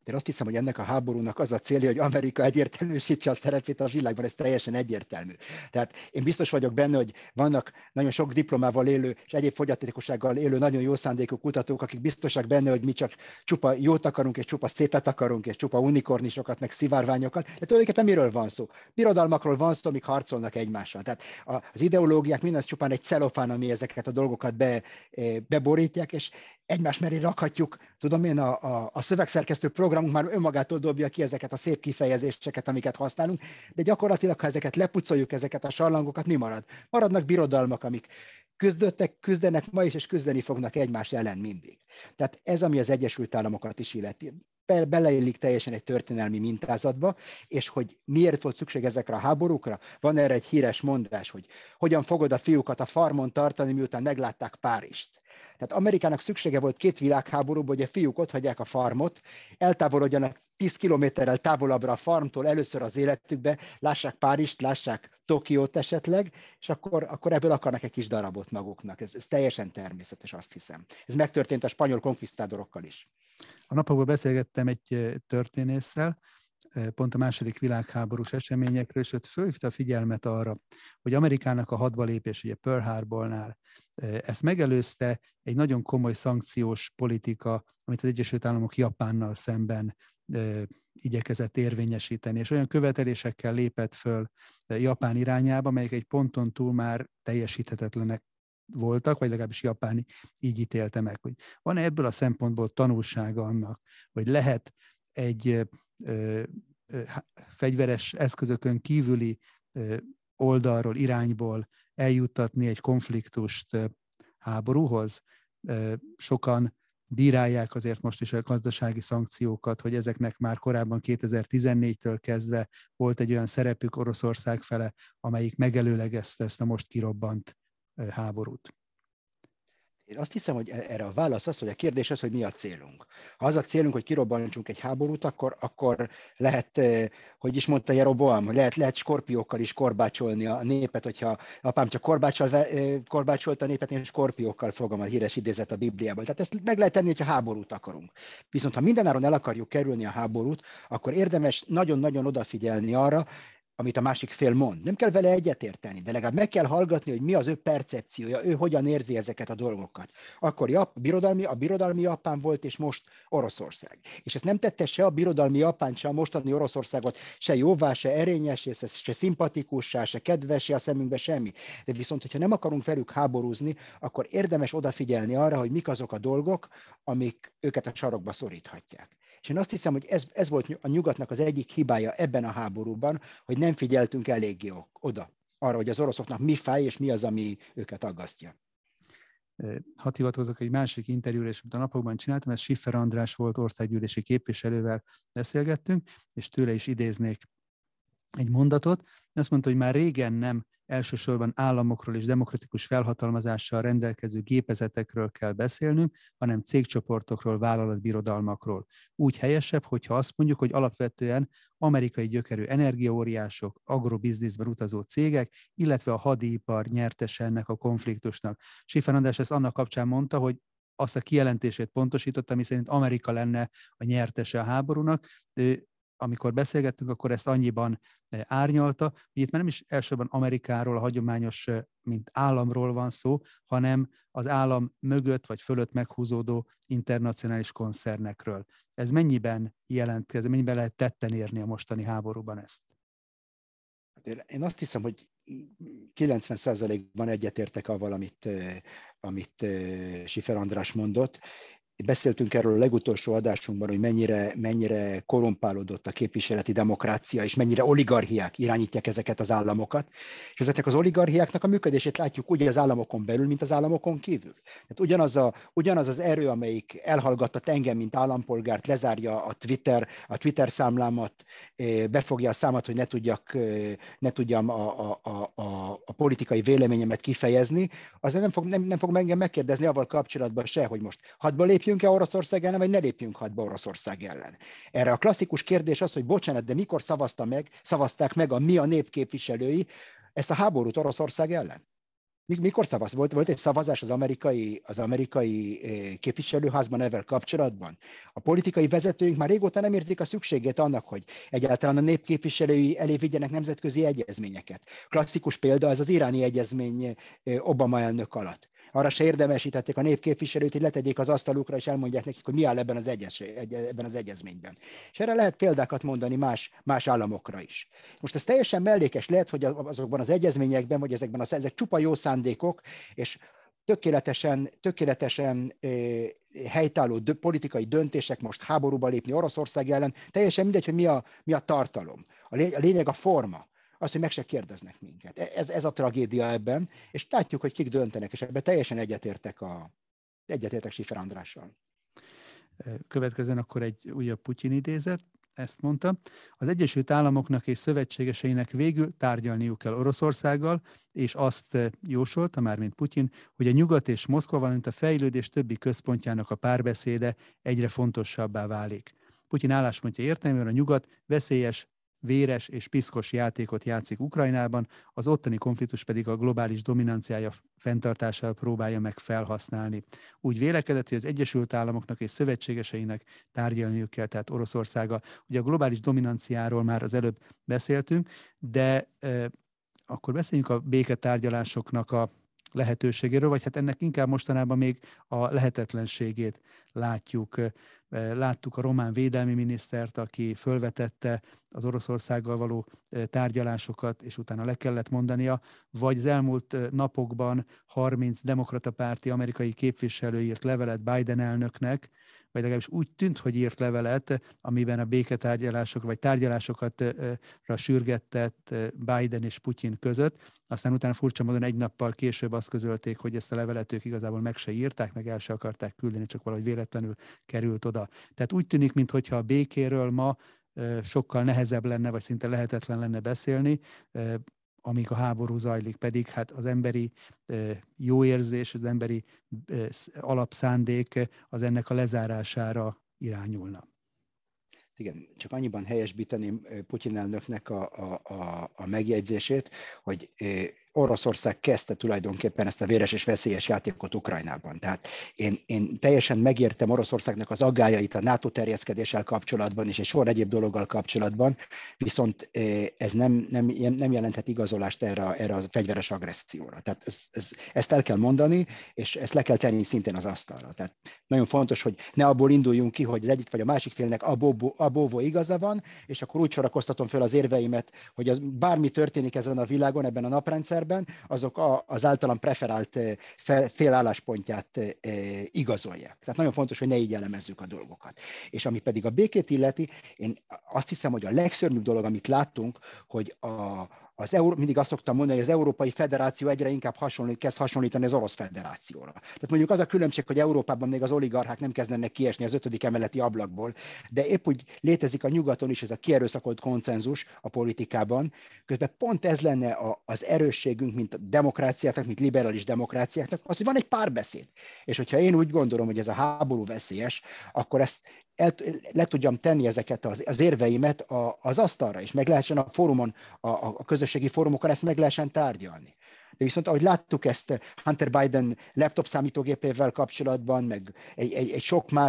Én azt hiszem, hogy ennek a háborúnak az a célja, hogy Amerika egyértelműsítse a szerepét a világban, ez teljesen egyértelmű. Tehát én biztos vagyok benne, hogy vannak nagyon sok diplomával élő és egyéb fogyatékossággal élő nagyon jó szándékú kutatók, akik biztosak benne, hogy mi csak csupa jót akarunk, és csupa szépet akarunk, és csupa unikornisokat, meg szivárványokat. De tulajdonképpen miről van szó? Birodalmakról van szó, amik harcolnak egymással. Tehát az ideológiák mindez csupán egy celofán, ami ezeket a dolgokat beborítják, és egymás mellé rakhatjuk, tudom én, a szövegszerkesztő programunk már önmagától dobja ki ezeket a szép kifejezéseket, amiket használunk, de gyakorlatilag, ha ezeket lepucoljuk, ezeket a sarlangokat, mi marad? Maradnak birodalmak, amik küzdenek ma is, és küzdeni fognak egymás ellen mindig. Tehát ez, ami az Egyesült Államokat is illeti. Beleillik teljesen egy történelmi mintázatba, és hogy miért volt szükség ezekre a háborúkra, van erre egy híres mondás, hogy hogyan fogod a fiúkat a farmon tartani, miután meglátták Párizst. Tehát Amerikának szüksége volt 2 világháborúban, hogy a fiúk otthagyják a farmot, eltávolodjanak 10 kilométerrel távolabbra a farmtól először az életükbe, lássák Párizst, lássák Tokiót esetleg, és akkor ebből akarnak egy kis darabot maguknak. Ez teljesen természetes, azt hiszem. Ez megtörtént a spanyol konkvisztádorokkal is. A napokban beszélgettem egy történésszel, pont a második világháborús eseményekről, és ott fölhívta a figyelmet arra, hogy Amerikának a hadba lépés, ugye Pearl Harbornál, ezt megelőzte egy nagyon komoly szankciós politika, amit az Egyesült Államok Japánnal szemben igyekezett érvényesíteni, és olyan követelésekkel lépett föl Japán irányába, melyek egy ponton túl már teljesíthetetlenek voltak, vagy legalábbis Japán így ítélte meg, hogy van-e ebből a szempontból tanulsága annak, hogy lehet egy fegyveres eszközökön kívüli oldalról, irányból eljuttatni egy konfliktust háborúhoz. Sokan bírálják azért most is a gazdasági szankciókat, hogy ezeknek már korábban 2014-től kezdve volt egy olyan szerepük Oroszország fele, amelyik megelőlegezte ezt a most kirobbant háborút. Én azt hiszem, hogy erre a válasz az, hogy a kérdés az, hogy mi a célunk. Ha az a célunk, hogy kirobbantsunk egy háborút, akkor lehet, hogy is mondta Jeroboam, hogy lehet skorpiókkal is korbácsolni a népet, hogyha apám csak korbácsolta a népet, én skorpiókkal fogom, a híres idézet a Bibliából. Tehát ezt meg lehet tenni, hogyha háborút akarunk. Viszont ha mindenáron el akarjuk kerülni a háborút, akkor érdemes nagyon-nagyon odafigyelni arra, amit a másik fél mond. Nem kell vele egyetérteni, de legalább meg kell hallgatni, hogy mi az ő percepciója, ő hogyan érzi ezeket a dolgokat. Akkor a birodalmi Japán volt, és most Oroszország. És ezt nem tette se a birodalmi Japán, se a mostani Oroszországot, se jóvá, se erényes, se szimpatikussá, se kedves, se a szemünkbe semmi. De viszont, hogyha nem akarunk velük háborúzni, akkor érdemes odafigyelni arra, hogy mik azok a dolgok, amik őket a sarokba szoríthatják. És én azt hiszem, hogy ez volt a nyugatnak az egyik hibája ebben a háborúban, hogy nem figyeltünk eléggé oda arra, hogy az oroszoknak mi fáj, és mi az, ami őket aggasztja. Hadd hivatkozok egy másik interjúra, és amit a napokban csináltam, ez Schiffer András volt, országgyűlési képviselővel beszélgettünk, és tőle is idéznék egy mondatot. Azt mondta, hogy már régen nem elsősorban államokról és demokratikus felhatalmazással rendelkező gépezetekről kell beszélnünk, hanem cégcsoportokról, vállalatbirodalmakról. Úgy helyesebb, hogyha azt mondjuk, hogy alapvetően amerikai gyökerű energiaóriások, agrobizniszben utazó cégek, illetve a hadipar nyertese ennek a konfliktusnak. Schiffer András ezt annak kapcsán mondta, hogy azt a kijelentését pontosította, ami szerint Amerika lenne a nyertese a háborúnak. Amikor beszélgettünk, akkor ezt annyiban árnyalta, hogy itt már nem is elsősorban Amerikáról, a hagyományos, mint államról van szó, hanem az állam mögött vagy fölött meghúzódó internacionális koncernekről. Ez mennyiben jelentkezik, mennyiben lehet tetten érni a mostani háborúban ezt? Én azt hiszem, hogy 90%-ban egyetértek avval, amit Schiffer András mondott. Beszéltünk erről a legutolsó adásunkban, hogy mennyire korrumpálódott a képviseleti demokrácia, és mennyire oligarchiák irányítják ezeket az államokat. És ezeknek az oligarchiáknak a működését látjuk úgy az államokon belül, mint az államokon kívül. Tehát ugyanaz az erő, amelyik elhallgattat engem, mint állampolgárt, lezárja a Twitter számlámat, befogja a számat, hogy ne tudjam a politikai véleményemet kifejezni, az nem fog engem megkérdezni avval kapcsolatban se, hogy most hadba lépjünk-e Oroszország ellen, vagy ne lépjünk hadba Oroszország ellen. Erre a klasszikus kérdés az, hogy bocsánat, de mikor szavazták meg a nép képviselői ezt a háborút Oroszország ellen? Mikor szavaz? Volt egy szavazás az amerikai képviselőházban ezzel kapcsolatban? A politikai vezetőink már régóta nem érzik a szükségét annak, hogy egyáltalán a népképviselői elé vigyenek nemzetközi egyezményeket. Klasszikus példa ez az iráni egyezmény Obama elnök alatt. Arra se érdemesítették a népképviselőt, hogy letegyék az asztalukra, és elmondják nekik, hogy mi áll ebben az egyezményben. És erre lehet példákat mondani más államokra is. Most ez teljesen mellékes, lehet, hogy azokban az egyezményekben, vagy ezek csupa jó szándékok, és tökéletesen helytálló politikai döntések most háborúba lépni Oroszország ellen, teljesen mindegy, hogy mi a tartalom. A lényeg a forma. Azt, hogy meg se kérdeznek minket. Ez a tragédia ebben, és látjuk, hogy kik döntenek, és ebben teljesen egyetértek Schiffer Andrással. Következzen akkor egy újabb Putyin idézet, ezt mondta. Az Egyesült Államoknak és szövetségeseinek végül tárgyalniuk kell Oroszországgal, és azt jósolta, mármint Putyin, hogy a Nyugat és Moszkva, valamint a fejlődés többi központjának a párbeszéde egyre fontosabbá válik. Putyin álláspontja értelmében a Nyugat veszélyes, véres és piszkos játékot játszik Ukrajnában, az ottani konfliktus pedig a globális dominanciája fenntartására próbálja meg felhasználni. Úgy vélekedett, hogy az Egyesült Államoknak és szövetségeseinek tárgyalniuk kell, tehát Oroszországgal. Ugye a globális dominanciáról már az előbb beszéltünk, de akkor beszéljünk a béketárgyalásoknak a lehetőségéről, vagy hát ennek inkább mostanában még a lehetetlenségét látjuk. Láttuk a román védelmi minisztert, aki fölvetette az Oroszországgal való tárgyalásokat, és utána le kellett mondania, vagy az elmúlt napokban 30 demokrata párti amerikai képviselő írt levelet Biden elnöknek, vagy legalábbis úgy tűnt, hogy írt levelet, amiben a béketárgyalások vagy tárgyalásokat sürgettett Biden és Putyin között. Aztán utána furcsa módon egy nappal később azt közölték, hogy ezt a levelet ők igazából meg se írták, meg el se akarták küldeni, csak valahogy véletlenül került oda. Tehát úgy tűnik, mintha a békéről ma sokkal nehezebb lenne, vagy szinte lehetetlen lenne beszélni, amíg a háború zajlik, pedig hát az emberi jó érzés, az emberi alapszándék az ennek a lezárására irányulna. Igen, csak annyiban helyesbíteném Putyin elnöknek a megjegyzését, hogy Oroszország kezdte tulajdonképpen ezt a véres és veszélyes játékot Ukrajnában. Tehát én teljesen megértem Oroszországnak az aggályait a NATO terjeszkedéssel kapcsolatban és egy sor egyéb dologgal kapcsolatban, viszont ez nem jelenthet igazolást erre a fegyveres agresszióra. Tehát ezt el kell mondani, és ezt le kell tenni szintén az asztalra. Tehát nagyon fontos, hogy ne abból induljunk ki, hogy az egyik vagy a másik félnek abóvó igaza van, és akkor úgy sorakoztatom föl az érveimet, hogy bármi történik ezen a világon, ebben a naprendszerben, azok az általam preferált fél álláspontját igazolják. Tehát nagyon fontos, hogy ne így elemezzük a dolgokat. És ami pedig a békét illeti, én azt hiszem, hogy a legszörnyűbb dolog, amit láttunk, hogy mindig azt szoktam mondani, hogy az Európai Federáció egyre inkább kezd hasonlítani az Orosz Federációra. Tehát mondjuk az a különbség, hogy Európában még az oligarchák nem kezdenek kiesni az 5. emeleti ablakból, de épp úgy létezik a nyugaton is ez a kierőszakolt konszenzus a politikában. Közben pont ez lenne az erősségünk, mint a demokráciáknak, mint liberális demokráciáknak, az, hogy van egy párbeszéd. És hogyha én úgy gondolom, hogy ez a háború veszélyes, akkor ezt le tudjam tenni ezeket az érveimet az asztalra, és meg lehessen a fórumon, a közösségi fórumokon ezt meg lehessen tárgyalni. De viszont ahogy láttuk ezt Hunter Biden laptop számítógépével kapcsolatban, meg egy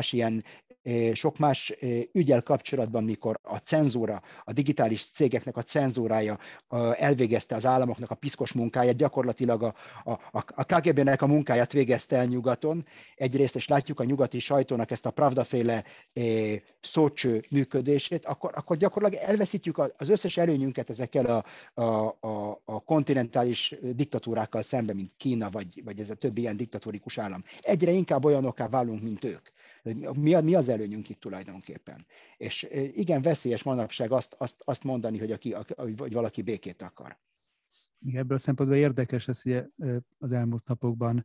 sok más ügyel kapcsolatban, mikor a cenzúra, a digitális cégeknek a cenzúrája elvégezte az államoknak a piszkos munkáját, gyakorlatilag a KGB-nek a munkáját végezte el nyugaton. Egyrészt, és látjuk a nyugati sajtónak ezt a Pravda-féle szócső működését, akkor gyakorlatilag elveszítjük az összes előnyünket ezekkel a kontinentális diktatúrákkal szemben, mint Kína, vagy ez a többi ilyen diktatórikus állam. Egyre inkább olyanokká válunk, mint ők. Mi az előnyünk itt tulajdonképpen? És igen, veszélyes manapság azt mondani, hogy valaki békét akar. Ebből a szempontból érdekes ez, ugye az elmúlt napokban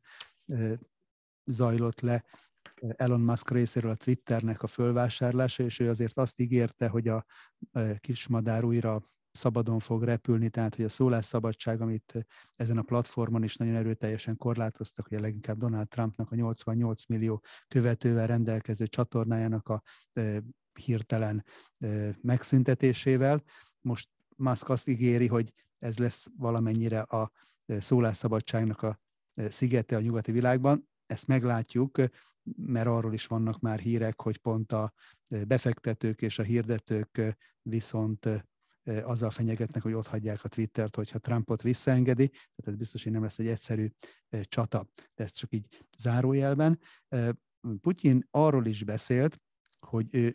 zajlott le Elon Musk részéről a Twitternek a fölvásárlása, és ő azért azt ígérte, hogy a kismadár újra szabadon fog repülni, tehát hogy a szólásszabadság, amit ezen a platformon is nagyon erőteljesen korlátoztak, hogy leginkább Donald Trumpnak a 88 millió követővel rendelkező csatornájának a hirtelen megszüntetésével. Most Musk azt ígéri, hogy ez lesz valamennyire a szólásszabadságnak a szigete a nyugati világban. Ezt meglátjuk, mert arról is vannak már hírek, hogy pont a befektetők és a hirdetők viszont azzal fenyegetnek, hogy otthagyják a Twittert, hogyha Trumpot visszaengedi, tehát ez biztos, hogy nem lesz egy egyszerű csata, de ez csak így zárójelben. Putyin arról is beszélt, hogy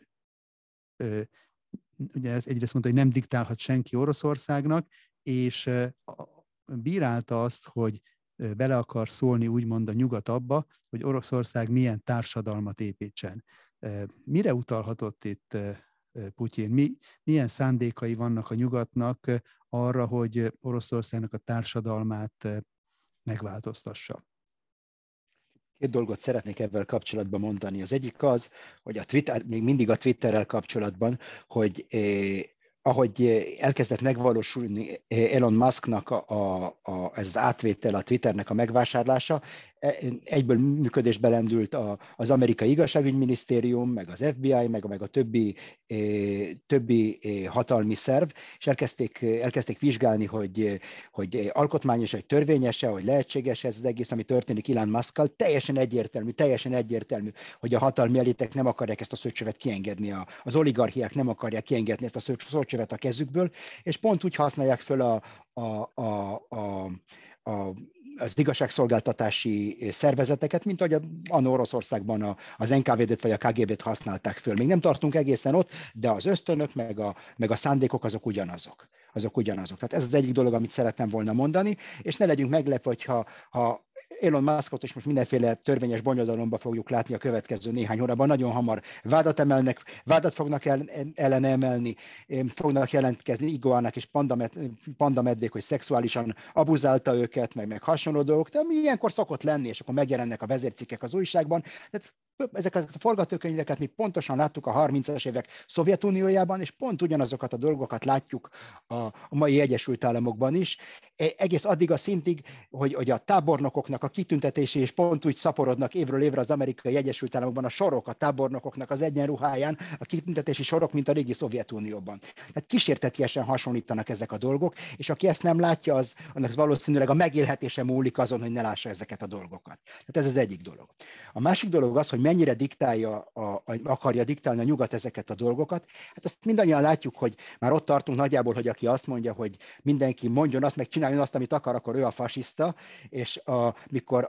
ugye egyrészt mondta, hogy nem diktálhat senki Oroszországnak, és bírálta azt, hogy bele akar szólni úgymond a nyugat abba, hogy Oroszország milyen társadalmat építsen. Mire utalhatott itt Putyin? Milyen szándékai vannak a nyugatnak arra, hogy Oroszországnak a társadalmát megváltoztassa? Két dolgot szeretnék ebben kapcsolatban mondani. Az egyik az, hogy a Twitter, még mindig a Twitterrel kapcsolatban, hogy ahogy elkezdett megvalósulni Elon Musknak ez az átvétel, a Twitternek a megvásárlása, egyből működésbe lendült az amerikai igazságügyminisztérium, meg az FBI, meg a többi hatalmi szerv, és elkezdték vizsgálni, hogy alkotmányos, hogy törvényes-e, hogy lehetséges ez az egész, ami történik Elon Muskkal. Teljesen egyértelmű, hogy a hatalmi elitek nem akarják ezt a szöcsövet kiengedni, az oligarchiák nem akarják kiengedni ezt a szöcsövet a kezükből, és pont úgy használják föl az igazságszolgáltatási szervezeteket, mint ahogy anno Oroszországban az NKVD-t vagy a KGB-t használták föl. Még nem tartunk egészen ott, de az ösztönök meg a szándékok azok ugyanazok. Tehát ez az egyik dolog, amit szerettem volna mondani, és ne legyünk meglepve, hogyha Elon Muskot is most mindenféle törvényes bonyodalomba fogjuk látni a következő néhány hónapban. Nagyon hamar vádat fognak ellene emelni, fognak jelentkezni iguának és pandamedvék, hogy szexuálisan abuzálta őket, meg hasonló dolgok, de ami ilyenkor szokott lenni, és akkor megjelennek a vezércikkek az újságban. Tehát ezeket a forgatókönyveket mi pontosan láttuk a 30-as évek Szovjetuniójában, és pont ugyanazokat a dolgokat látjuk a mai Egyesült Államokban is. Egész addig a szintig, hogy a tábornokoknak a kitüntetési, és pont úgy szaporodnak évről évre az amerikai Egyesült Államokban a sorok a tábornokoknak az egyenruháján, a kitüntetési sorok, mint a régi Szovjetunióban. Tehát kísértetiesen hasonlítanak ezek a dolgok, és aki ezt nem látja, annak valószínűleg a megélhetése múlik azon, hogy ne lássa ezeket a dolgokat. Tehát ez az egyik dolog. A másik dolog az, hogy mennyire akarja diktálni a nyugat ezeket a dolgokat. Hát azt mindannyian látjuk, hogy már ott tartunk nagyjából, hogy aki azt mondja, hogy mindenki mondjon azt, meg csináljon azt, amit akar, akkor ő a fasiszta, és mikor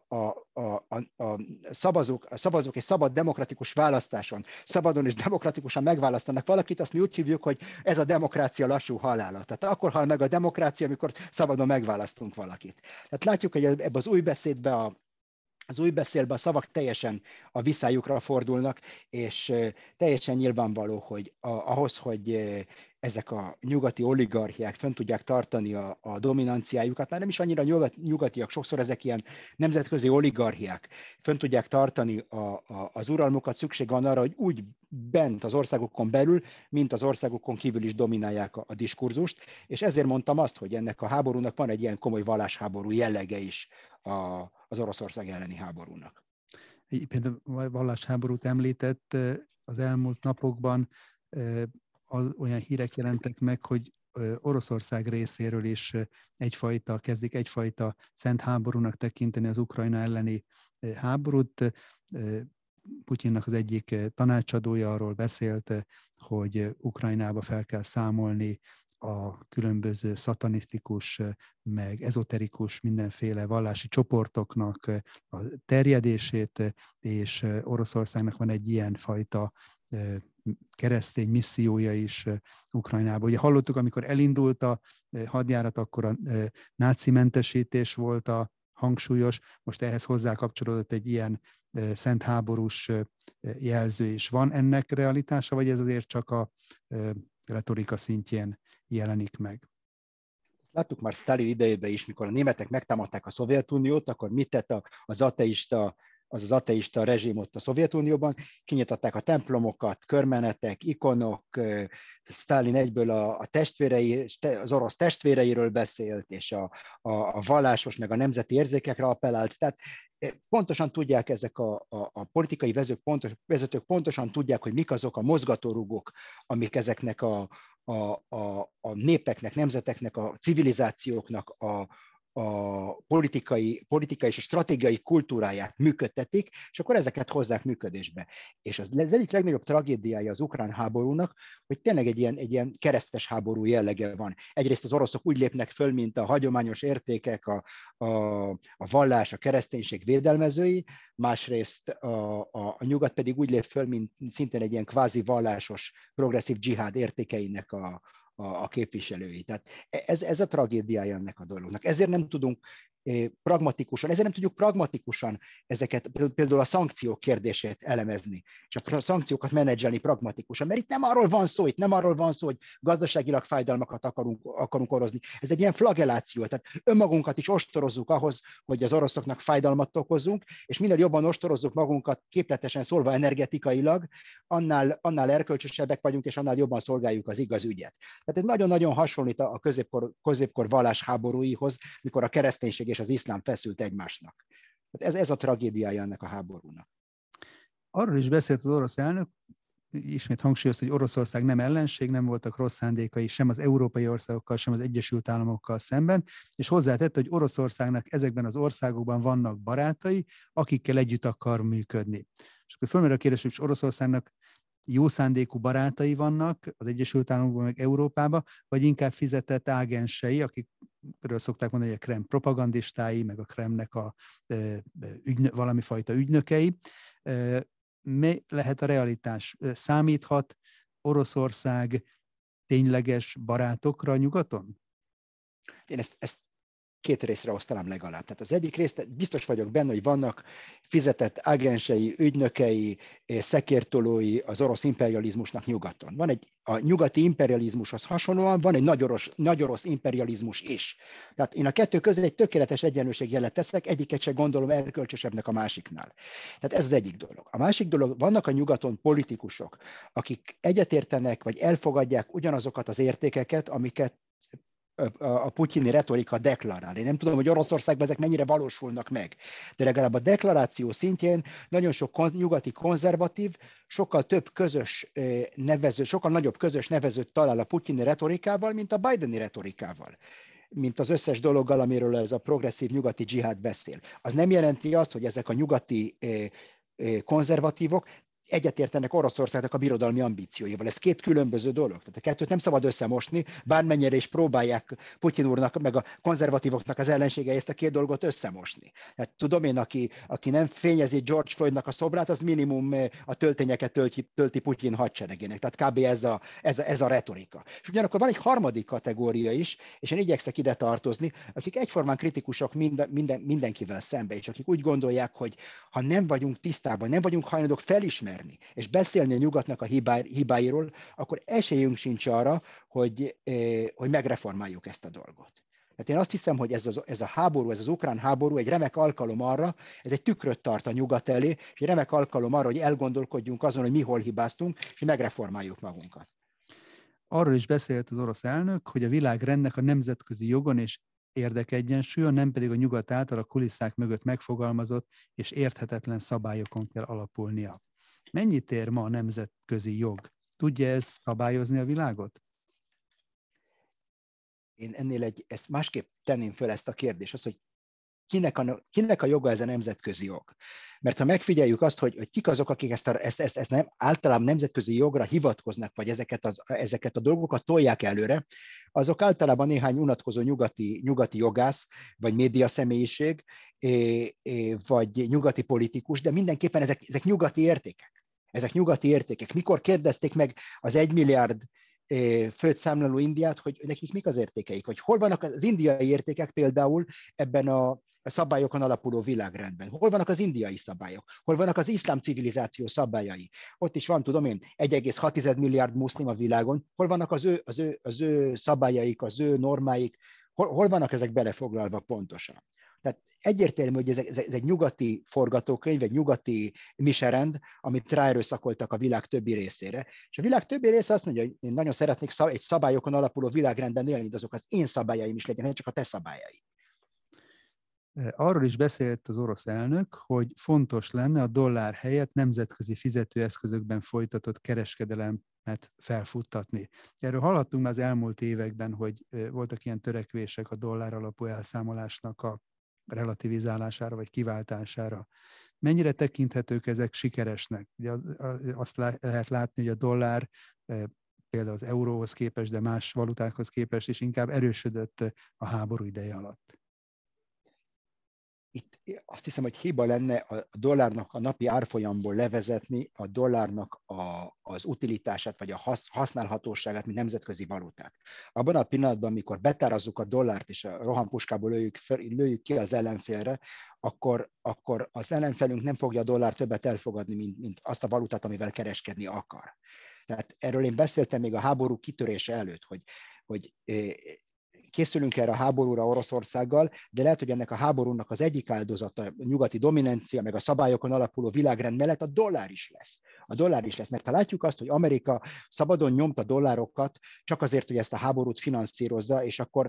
a szavazók és szabad demokratikus választáson szabadon és demokratikusan megválasztanak valakit, azt mi úgy hívjuk, hogy ez a demokrácia lassú halála. Tehát akkor hal meg a demokrácia, amikor szabadon megválasztunk valakit. Tehát látjuk, hogy ebbe az új beszédbe a szavak teljesen a viszályukra fordulnak, és teljesen nyilvánvaló, hogy ahhoz, hogy ezek a nyugati oligarchiák fönn tudják tartani a dominanciájukat, már nem is annyira nyugatiak, sokszor ezek ilyen nemzetközi oligarchiák fönn tudják tartani az uralmukat, szükség van arra, hogy úgy bent az országokon belül, mint az országokon kívül is dominálják a diskurzust, és ezért mondtam azt, hogy ennek a háborúnak van egy ilyen komoly vallásháború jellege is az Oroszország elleni háborúnak. Például vallásháborút említett, az elmúlt napokban olyan hírek jelentek meg, hogy Oroszország részéről is kezdik egyfajta szent háborúnak tekinteni az Ukrajna elleni háborút. Putyinnak az egyik tanácsadója arról beszélt, hogy Ukrajnába fel kell számolni a különböző szatanisztikus, meg ezoterikus mindenféle vallási csoportoknak a terjedését, és Oroszországnak van egy ilyen fajta keresztény missziója is Ukrajnában. Ugye hallottuk, amikor elindult a hadjárat, akkor a náci mentesítés volt a hangsúlyos, most ehhez hozzá kapcsolódott egy ilyen szent háborús jelző is. Van ennek realitása, vagy ez azért csak a retorika szintjén jelenik meg? Láttuk már Sztálin idejében is, mikor a németek megtámadták a Szovjetuniót, akkor mit tett az ateista rezsim ott a Szovjetunióban? Kinyitották a templomokat, körmenetek, ikonok, Sztálin egyből az orosz testvéreiről beszélt, és a vallásos meg a nemzeti érzékekre appellált. Tehát pontosan tudják ezek a politikai vezetők pontosan tudják, hogy mik azok a mozgatórugók, amik ezeknek a népeknek, nemzeteknek, a civilizációknak politikai és a stratégiai kultúráját működtetik, és akkor ezeket hozzák működésbe. És az egyik legnagyobb tragédiája az ukrán háborúnak, hogy tényleg egy ilyen keresztes háború jellege van. Egyrészt az oroszok úgy lépnek föl, mint a hagyományos értékek, a vallás, a kereszténység védelmezői, másrészt a nyugat pedig úgy lép föl, mint szintén egy ilyen kvázi vallásos, progresszív dzsihád értékeinek a képviselői. Tehát ez a tragédiája ennek a dolognak. Ezért nem tudjuk pragmatikusan ezeket, például a szankciók kérdését elemezni, és a szankciókat menedzselni pragmatikusan, mert itt nem arról van szó, hogy gazdaságilag fájdalmakat akarunk orozni. Ez egy ilyen flagelláció, tehát önmagunkat is ostorozzuk ahhoz, hogy az oroszoknak fájdalmat okozzunk, és minél jobban ostorozzuk magunkat, képletesen szólva energetikailag, annál erkölcsösebbek vagyunk, és annál jobban szolgáljuk az igaz ügyet. Tehát ez nagyon-nagyon hasonlít a középkor vallásháborúihoz, mikor a kereszténység és az iszlám feszült egymásnak. Tehát ez a tragédiája ennek a háborúnak. Arról is beszélt az orosz elnök, ismét hangsúlyozta, hogy Oroszország nem ellenség, nem voltak rossz szándékai sem az európai országokkal, sem az Egyesült Államokkal szemben, és hozzátette, hogy Oroszországnak ezekben az országokban vannak barátai, akikkel együtt akar működni. És akkor fölmerül a kérdés, hogy Oroszországnak jó szándékú barátai vannak az Egyesült Államokban, meg Európában, vagy inkább fizetett ágensei, akikről szokták mondani, hogy a Kreml propagandistái, meg a Kremlnek valami fajta ügynökei. Mi lehet a realitás? Számíthat Oroszország tényleges barátokra nyugaton? Én ezt két részre osztanám legalább. Tehát az egyik rész, biztos vagyok benne, hogy vannak fizetett ágensei, ügynökei, szekértolói az orosz imperializmusnak nyugaton. A nyugati imperializmushoz hasonlóan van egy nagy orosz imperializmus is. Tehát én a kettő közé egy tökéletes egyenlőségjelet teszek, egyiket se gondolom erkölcsösebbnek a másiknál. Tehát ez az egyik dolog. A másik dolog, vannak a nyugaton politikusok, akik egyetértenek, vagy elfogadják ugyanazokat az értékeket, amiket a putyini retorika deklarál. Én nem tudom, hogy Oroszországban ezek mennyire valósulnak meg, de legalább a deklaráció szintjén nagyon sok nyugati konzervatív, sokkal nagyobb közös nevezőt talál a putyini retorikával, mint a Bideni retorikával, mint az összes dologgal, amiről ez a progresszív nyugati dzsihád beszél. Az nem jelenti azt, hogy ezek a nyugati konzervatívok egyetértenek Oroszországnak a birodalmi ambícióival. Ez két különböző dolog. Tehát a kettőt nem szabad összemosni, bármennyire is próbálják Putyin úrnak, meg a konzervatívoknak az ellenségei ezt a két dolgot összemosni. Hát tudom én, aki nem fényezi George Floydnak a szobrát, az minimum a töltényeket tölti Putyin hadseregének. Tehát kb. Ez a retorika. És ugyanakkor van egy harmadik kategória is, és én igyekszek ide tartozni, akik egyformán kritikusok mindenkivel szembe, és akik úgy gondolják, hogy ha nem vagyunk tisztában, nem vagyunk hajlandók felismerni, és beszélni a nyugatnak a hibáiról, akkor esélyünk sincs arra, hogy megreformáljuk ezt a dolgot. Tehát én azt hiszem, hogy ez a háború, ez az ukrán háború egy remek alkalom arra, ez egy tükröt tart a nyugat elé, és egy remek alkalom arra, hogy elgondolkodjunk azon, hogy mi hol hibáztunk, és megreformáljuk magunkat. Arról is beszélt az orosz elnök, hogy a világrendnek a nemzetközi jogon és érdekegyensúlyon, nem pedig a nyugat által a kulisszák mögött megfogalmazott és érthetetlen szabályokon kell alapulnia. Mennyit ér ma a nemzetközi jog? Tudja ez szabályozni a világot? Én ezt másképp tenném föl ezt a kérdést, az, hogy kinek a joga ez a nemzetközi jog? Mert ha megfigyeljük azt, hogy kik azok, akik ezt nem, általában nemzetközi jogra hivatkoznak, vagy ezeket a dolgokat tolják előre, azok általában néhány unatkozó nyugati jogász, vagy média személyiség, vagy nyugati politikus, de mindenképpen ezek nyugati értékek. Ezek nyugati értékek. Mikor kérdezték meg az 1 milliárd főt számláló Indiát, hogy nekik mik az értékeik, vagy hol vannak az indiai értékek például ebben a szabályokon alapuló világrendben. Hol vannak az indiai szabályok? Hol vannak az iszlám civilizáció szabályai? Ott is van, tudom én, 1,6 milliárd muszlim a világon. Hol vannak az ő szabályaik, az ő normáik? Hol vannak ezek belefoglalva pontosan? Tehát egyértelmű, hogy ez egy nyugati forgatókönyv, egy nyugati miserend, amit ráerőszakoltak a világ többi részére. És a világ többi része azt mondja, hogy én nagyon szeretnék egy szabályokon alapuló világrendben élni, de azok az én szabályaim is legyenek, csak a te szabályai. Arról is beszélt az orosz elnök, hogy fontos lenne a dollár helyett nemzetközi fizetőeszközökben folytatott kereskedelem internet felfuttatni. Erről hallhattunk már az elmúlt években, hogy voltak ilyen törekvések a dollár alapú elszámolásnak a relativizálására vagy kiváltására. Mennyire tekinthetők ezek sikeresnek? Ugye azt lehet látni, hogy a dollár például az euróhoz képest, de más valutákhoz képest is inkább erősödött a háború ideje alatt. Itt azt hiszem, hogy hiba lenne a dollárnak a napi árfolyamból levezetni a dollárnak az utilitását, vagy a használhatóságát, mint nemzetközi valutát. Abban a pillanatban, amikor betárazzuk a dollárt, és a rohampuskából lőjük ki az ellenfélre, akkor az ellenfelünk nem fogja a dollár többet elfogadni, mint azt a valutát, amivel kereskedni akar. Tehát erről én beszéltem még a háború kitörése előtt, hogy készülünk erre a háborúra Oroszországgal, de lehet, hogy ennek a háborúnak az egyik áldozata, a nyugati dominancia, meg a szabályokon alapuló világrend mellett a dollár is lesz. A dollár is lesz, mert ha látjuk azt, hogy Amerika szabadon nyomta dollárokat, csak azért, hogy ezt a háborút finanszírozza, és akkor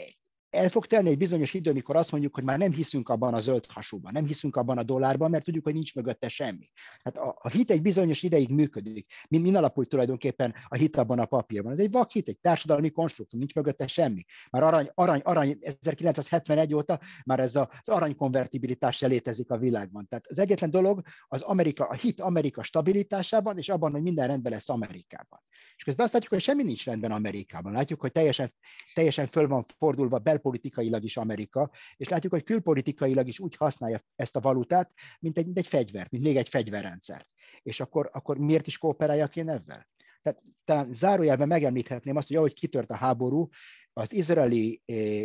el fog telni egy bizonyos idő, amikor azt mondjuk, hogy már nem hiszünk abban a zöld hasúban, nem hiszünk abban a dollárban, mert tudjuk, hogy nincs mögötte semmi. Hát a hit egy bizonyos ideig működik. Min alapul tulajdonképpen a hit abban a papírban? Ez egy vakhit, egy társadalmi konstruktum, nincs mögötte semmi. Már arany 1971 óta már ez az aranykonvertibilitás se létezik a világban. Tehát az egyetlen dolog a hit Amerika stabilitásában, és abban, hogy minden rendben lesz Amerikában. És közben azt látjuk, hogy semmi nincs rendben Amerikában. Látjuk, hogy teljesen föl van fordulva belpolitikailag is Amerika, és látjuk, hogy külpolitikailag is úgy használja ezt a valutát, mint egy fegyvert, mint még egy fegyverrendszert. És akkor miért is kooperáljak én ezzel? Tehát talán zárójelben megemlíthetném azt, hogy ahogy kitört a háború, az izraeli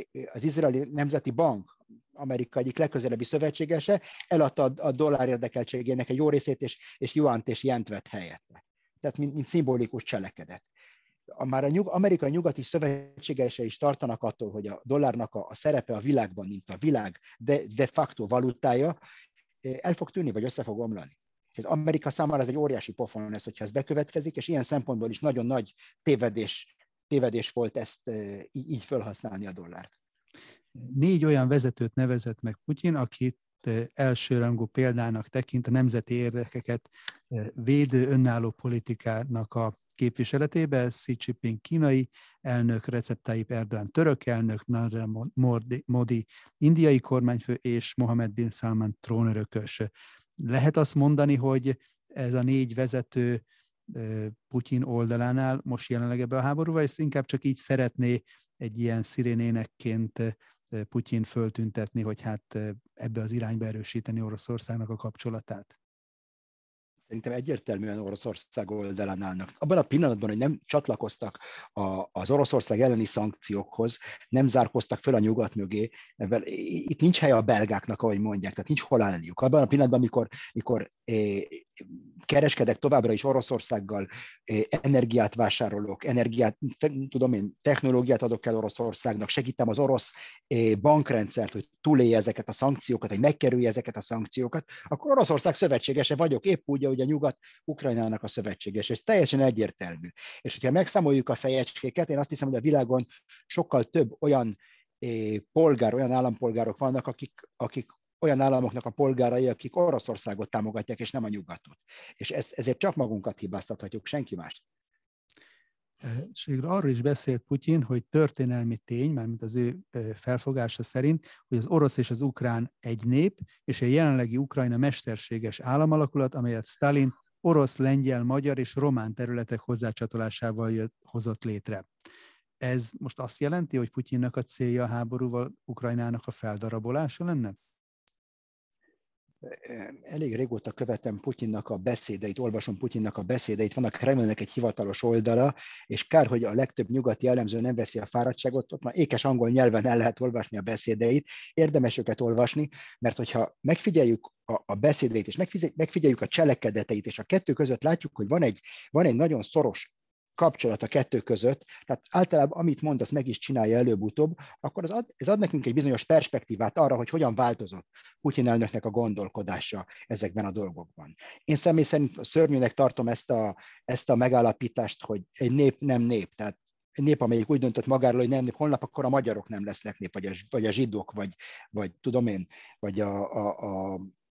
Nemzeti Bank, Amerika egyik legközelebbi szövetségese, eladta a dollár érdekeltségének egy jó részét, és juant és jent vett helyette. Tehát mint szimbolikus cselekedet. Már Amerikai nyugati szövetségesei is tartanak attól, hogy a dollárnak a szerepe a világban, mint a világ de facto valutája, el fog tűnni, vagy össze fog omlani. Ez Amerika számára ez egy óriási pofon lesz, hogyha ez bekövetkezik, és ilyen szempontból is nagyon nagy tévedés volt ezt így felhasználni a dollárt. 4 olyan vezetőt nevezett meg Putyin, akit elsőrangú példának tekint a nemzeti érdekeket védő önálló politikának a képviseletében: Xi Jinping kínai elnök, Recep Tayyip Erdoğan török elnök, Narendra Modi indiai kormányfő és Mohammed bin Salman trónörökös. Lehet azt mondani, hogy ez a 4 vezető Putyin oldalánál most jelenleg ebbe a háborúban, és inkább csak így szeretné egy ilyen szirénénekként Putyin föltüntetni, hogy hát ebbe az irányba erősíteni Oroszországnak a kapcsolatát? Szerintem egyértelműen Oroszország oldalán állnak. Abban a pillanatban, hogy nem csatlakoztak az Oroszország elleni szankciókhoz, nem zárkoztak fel a nyugat mögé, itt nincs hely a belgáknak, ahogy mondják, tehát nincs hol állniuk. Abban a pillanatban, mikor kereskedek továbbra is Oroszországgal, energiát vásárolok, technológiát adok el Oroszországnak, segítem az orosz bankrendszert, hogy túlélje ezeket a szankciókat, hogy megkerülje ezeket a szankciókat, akkor Oroszország szövetségese vagyok, épp úgy, ahogy a nyugat Ukrajnának a szövetséges. Ez teljesen egyértelmű. És hogyha megszámoljuk a fejecskéket, én azt hiszem, hogy a világon sokkal több olyan olyan állampolgárok vannak, akik olyan államoknak a polgárai, akik Oroszországot támogatják, és nem a nyugatot. És ezért csak magunkat hibáztathatjuk, senki mást. És arról is beszélt Putyin, hogy történelmi tény, mármint az ő felfogása szerint, hogy az orosz és az ukrán egy nép, és a jelenlegi Ukrajna mesterséges államalakulat, amelyet Sztálin orosz, lengyel, magyar és román területek hozzácsatolásával hozott létre. Ez most azt jelenti, hogy Putyinnak a célja a háborúval Ukrajnának a feldarabolása lenne? Elég régóta követem Putyinnak a beszédeit, olvasom Putyinnak a beszédeit, van a Kremlnek egy hivatalos oldala, és kár, hogy a legtöbb nyugati elemző nem veszi a fáradtságot, ott már ékes angol nyelven el lehet olvasni a beszédeit, érdemes őket olvasni, mert hogyha megfigyeljük a beszédeit, és megfigyeljük a cselekedeteit, és a kettő között látjuk, hogy van egy nagyon szoros kapcsolat a kettő között, tehát általában amit mond, azt meg is csinálja előbb-utóbb, akkor ez ad nekünk egy bizonyos perspektívát arra, hogy hogyan változott Putyin elnöknek a gondolkodása ezekben a dolgokban. Én személy szerint szörnyűnek tartom ezt a megállapítást, hogy egy nép nem nép, tehát egy nép, amelyik úgy döntött magáról, hogy nem nép, holnap akkor a magyarok nem lesznek nép, vagy a zsidók, vagy tudom én, vagy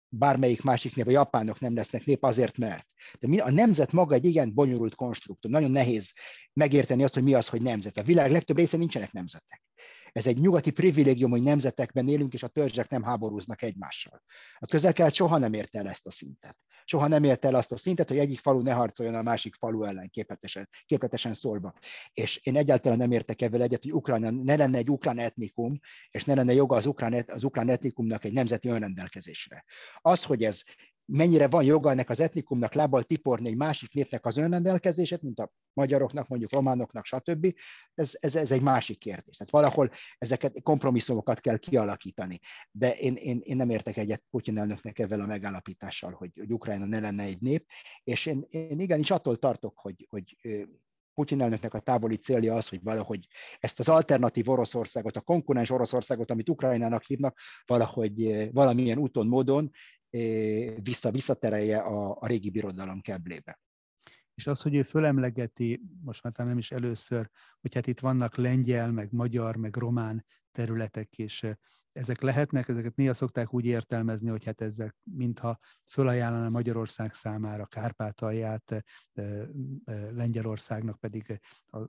bármelyik másik nép, a japánok nem lesznek nép azért, mert. De a nemzet maga egy igen bonyolult konstruktum. Nagyon nehéz megérteni azt, hogy mi az, hogy nemzet. A világ legtöbb részén nincsenek nemzetek. Ez egy nyugati privilégium, hogy nemzetekben élünk, és a törzsek nem háborúznak egymással. A Közel-Kelet soha nem érte el ezt a szintet. Soha nem érte el azt a szintet, hogy egyik falu ne harcoljon a másik falu ellen képletesen szólva. És én egyáltalán nem értek ezzel egyet, hogy Ukrajna ne lenne egy ukrán etnikum, és ne lenne joga az ukrán etnikumnak egy nemzeti önrendelkezésre. Az, hogy ez mennyire van joga ennek az etnikumnak lábbal tiporni egy másik népnek az önrendelkezését, mint a magyaroknak, mondjuk románoknak, stb. Ez egy másik kérdés. Tehát valahol ezeket kompromisszumokat kell kialakítani. De én nem értek egyet Putyin elnöknek ezzel a megállapítással, hogy Ukrajna ne lenne egy nép, és én igenis attól tartok, hogy Putyin elnöknek a távoli célja az, hogy valahogy ezt az alternatív Oroszországot, a konkurens Oroszországot, amit Ukrajnának hívnak, valahogy valamilyen úton, módon visszaterelje a régi birodalom keblébe. És az, hogy ő fölemlegeti, most már talán nem is először, hogy hát itt vannak lengyel, meg magyar, meg román területek, és ezek lehetnek, ezeket néha szokták úgy értelmezni, hogy hát ezek mintha fölajánlana Magyarország számára Kárpátalját, Lengyelországnak pedig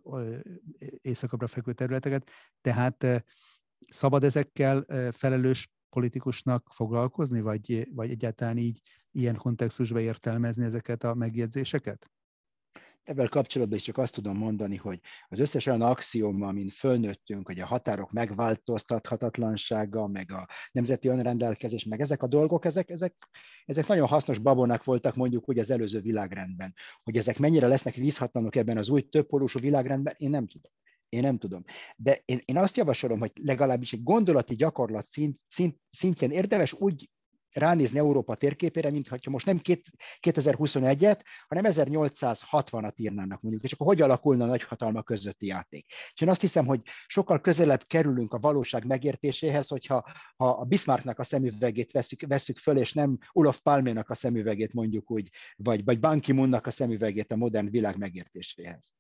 északabbra fekvő területeket. Tehát szabad ezekkel felelős politikusnak foglalkozni, vagy egyáltalán így ilyen kontextusban értelmezni ezeket a megjegyzéseket? Ebben kapcsolatban is csak azt tudom mondani, hogy az összes olyan axióma, amin fölnőttünk, hogy a határok megváltoztathatatlansága, meg a nemzeti önrendelkezés, meg ezek a dolgok, ezek nagyon hasznos babonák voltak mondjuk úgy az előző világrendben. Hogy ezek mennyire lesznek vízhatlanok ebben az új többpólusú világrendben, én nem tudom. De én azt javasolom, hogy legalábbis egy gondolati gyakorlat szintjén érdemes úgy ránézni Európa térképére, mintha most nem 2021-et, hanem 1860-at írnának mondjuk, és akkor hogy alakulna a nagyhatalmak közötti játék. És én azt hiszem, hogy sokkal közelebb kerülünk a valóság megértéséhez, hogyha a Bismarcknak a szemüvegét vesszük föl, és nem Olof Palménak a szemüvegét mondjuk úgy, vagy Ban Ki-moonnak a szemüvegét a modern világ megértéséhez.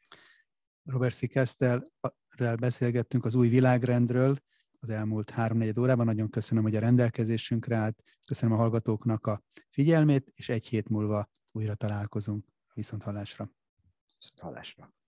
Robert C. Kastelrel beszélgettünk az új világrendről az elmúlt 3-4 órában. Nagyon köszönöm, hogy a rendelkezésünkre állt. Köszönöm a hallgatóknak a figyelmét, és egy hét múlva újra találkozunk. Viszonthallásra. Viszonthallásra.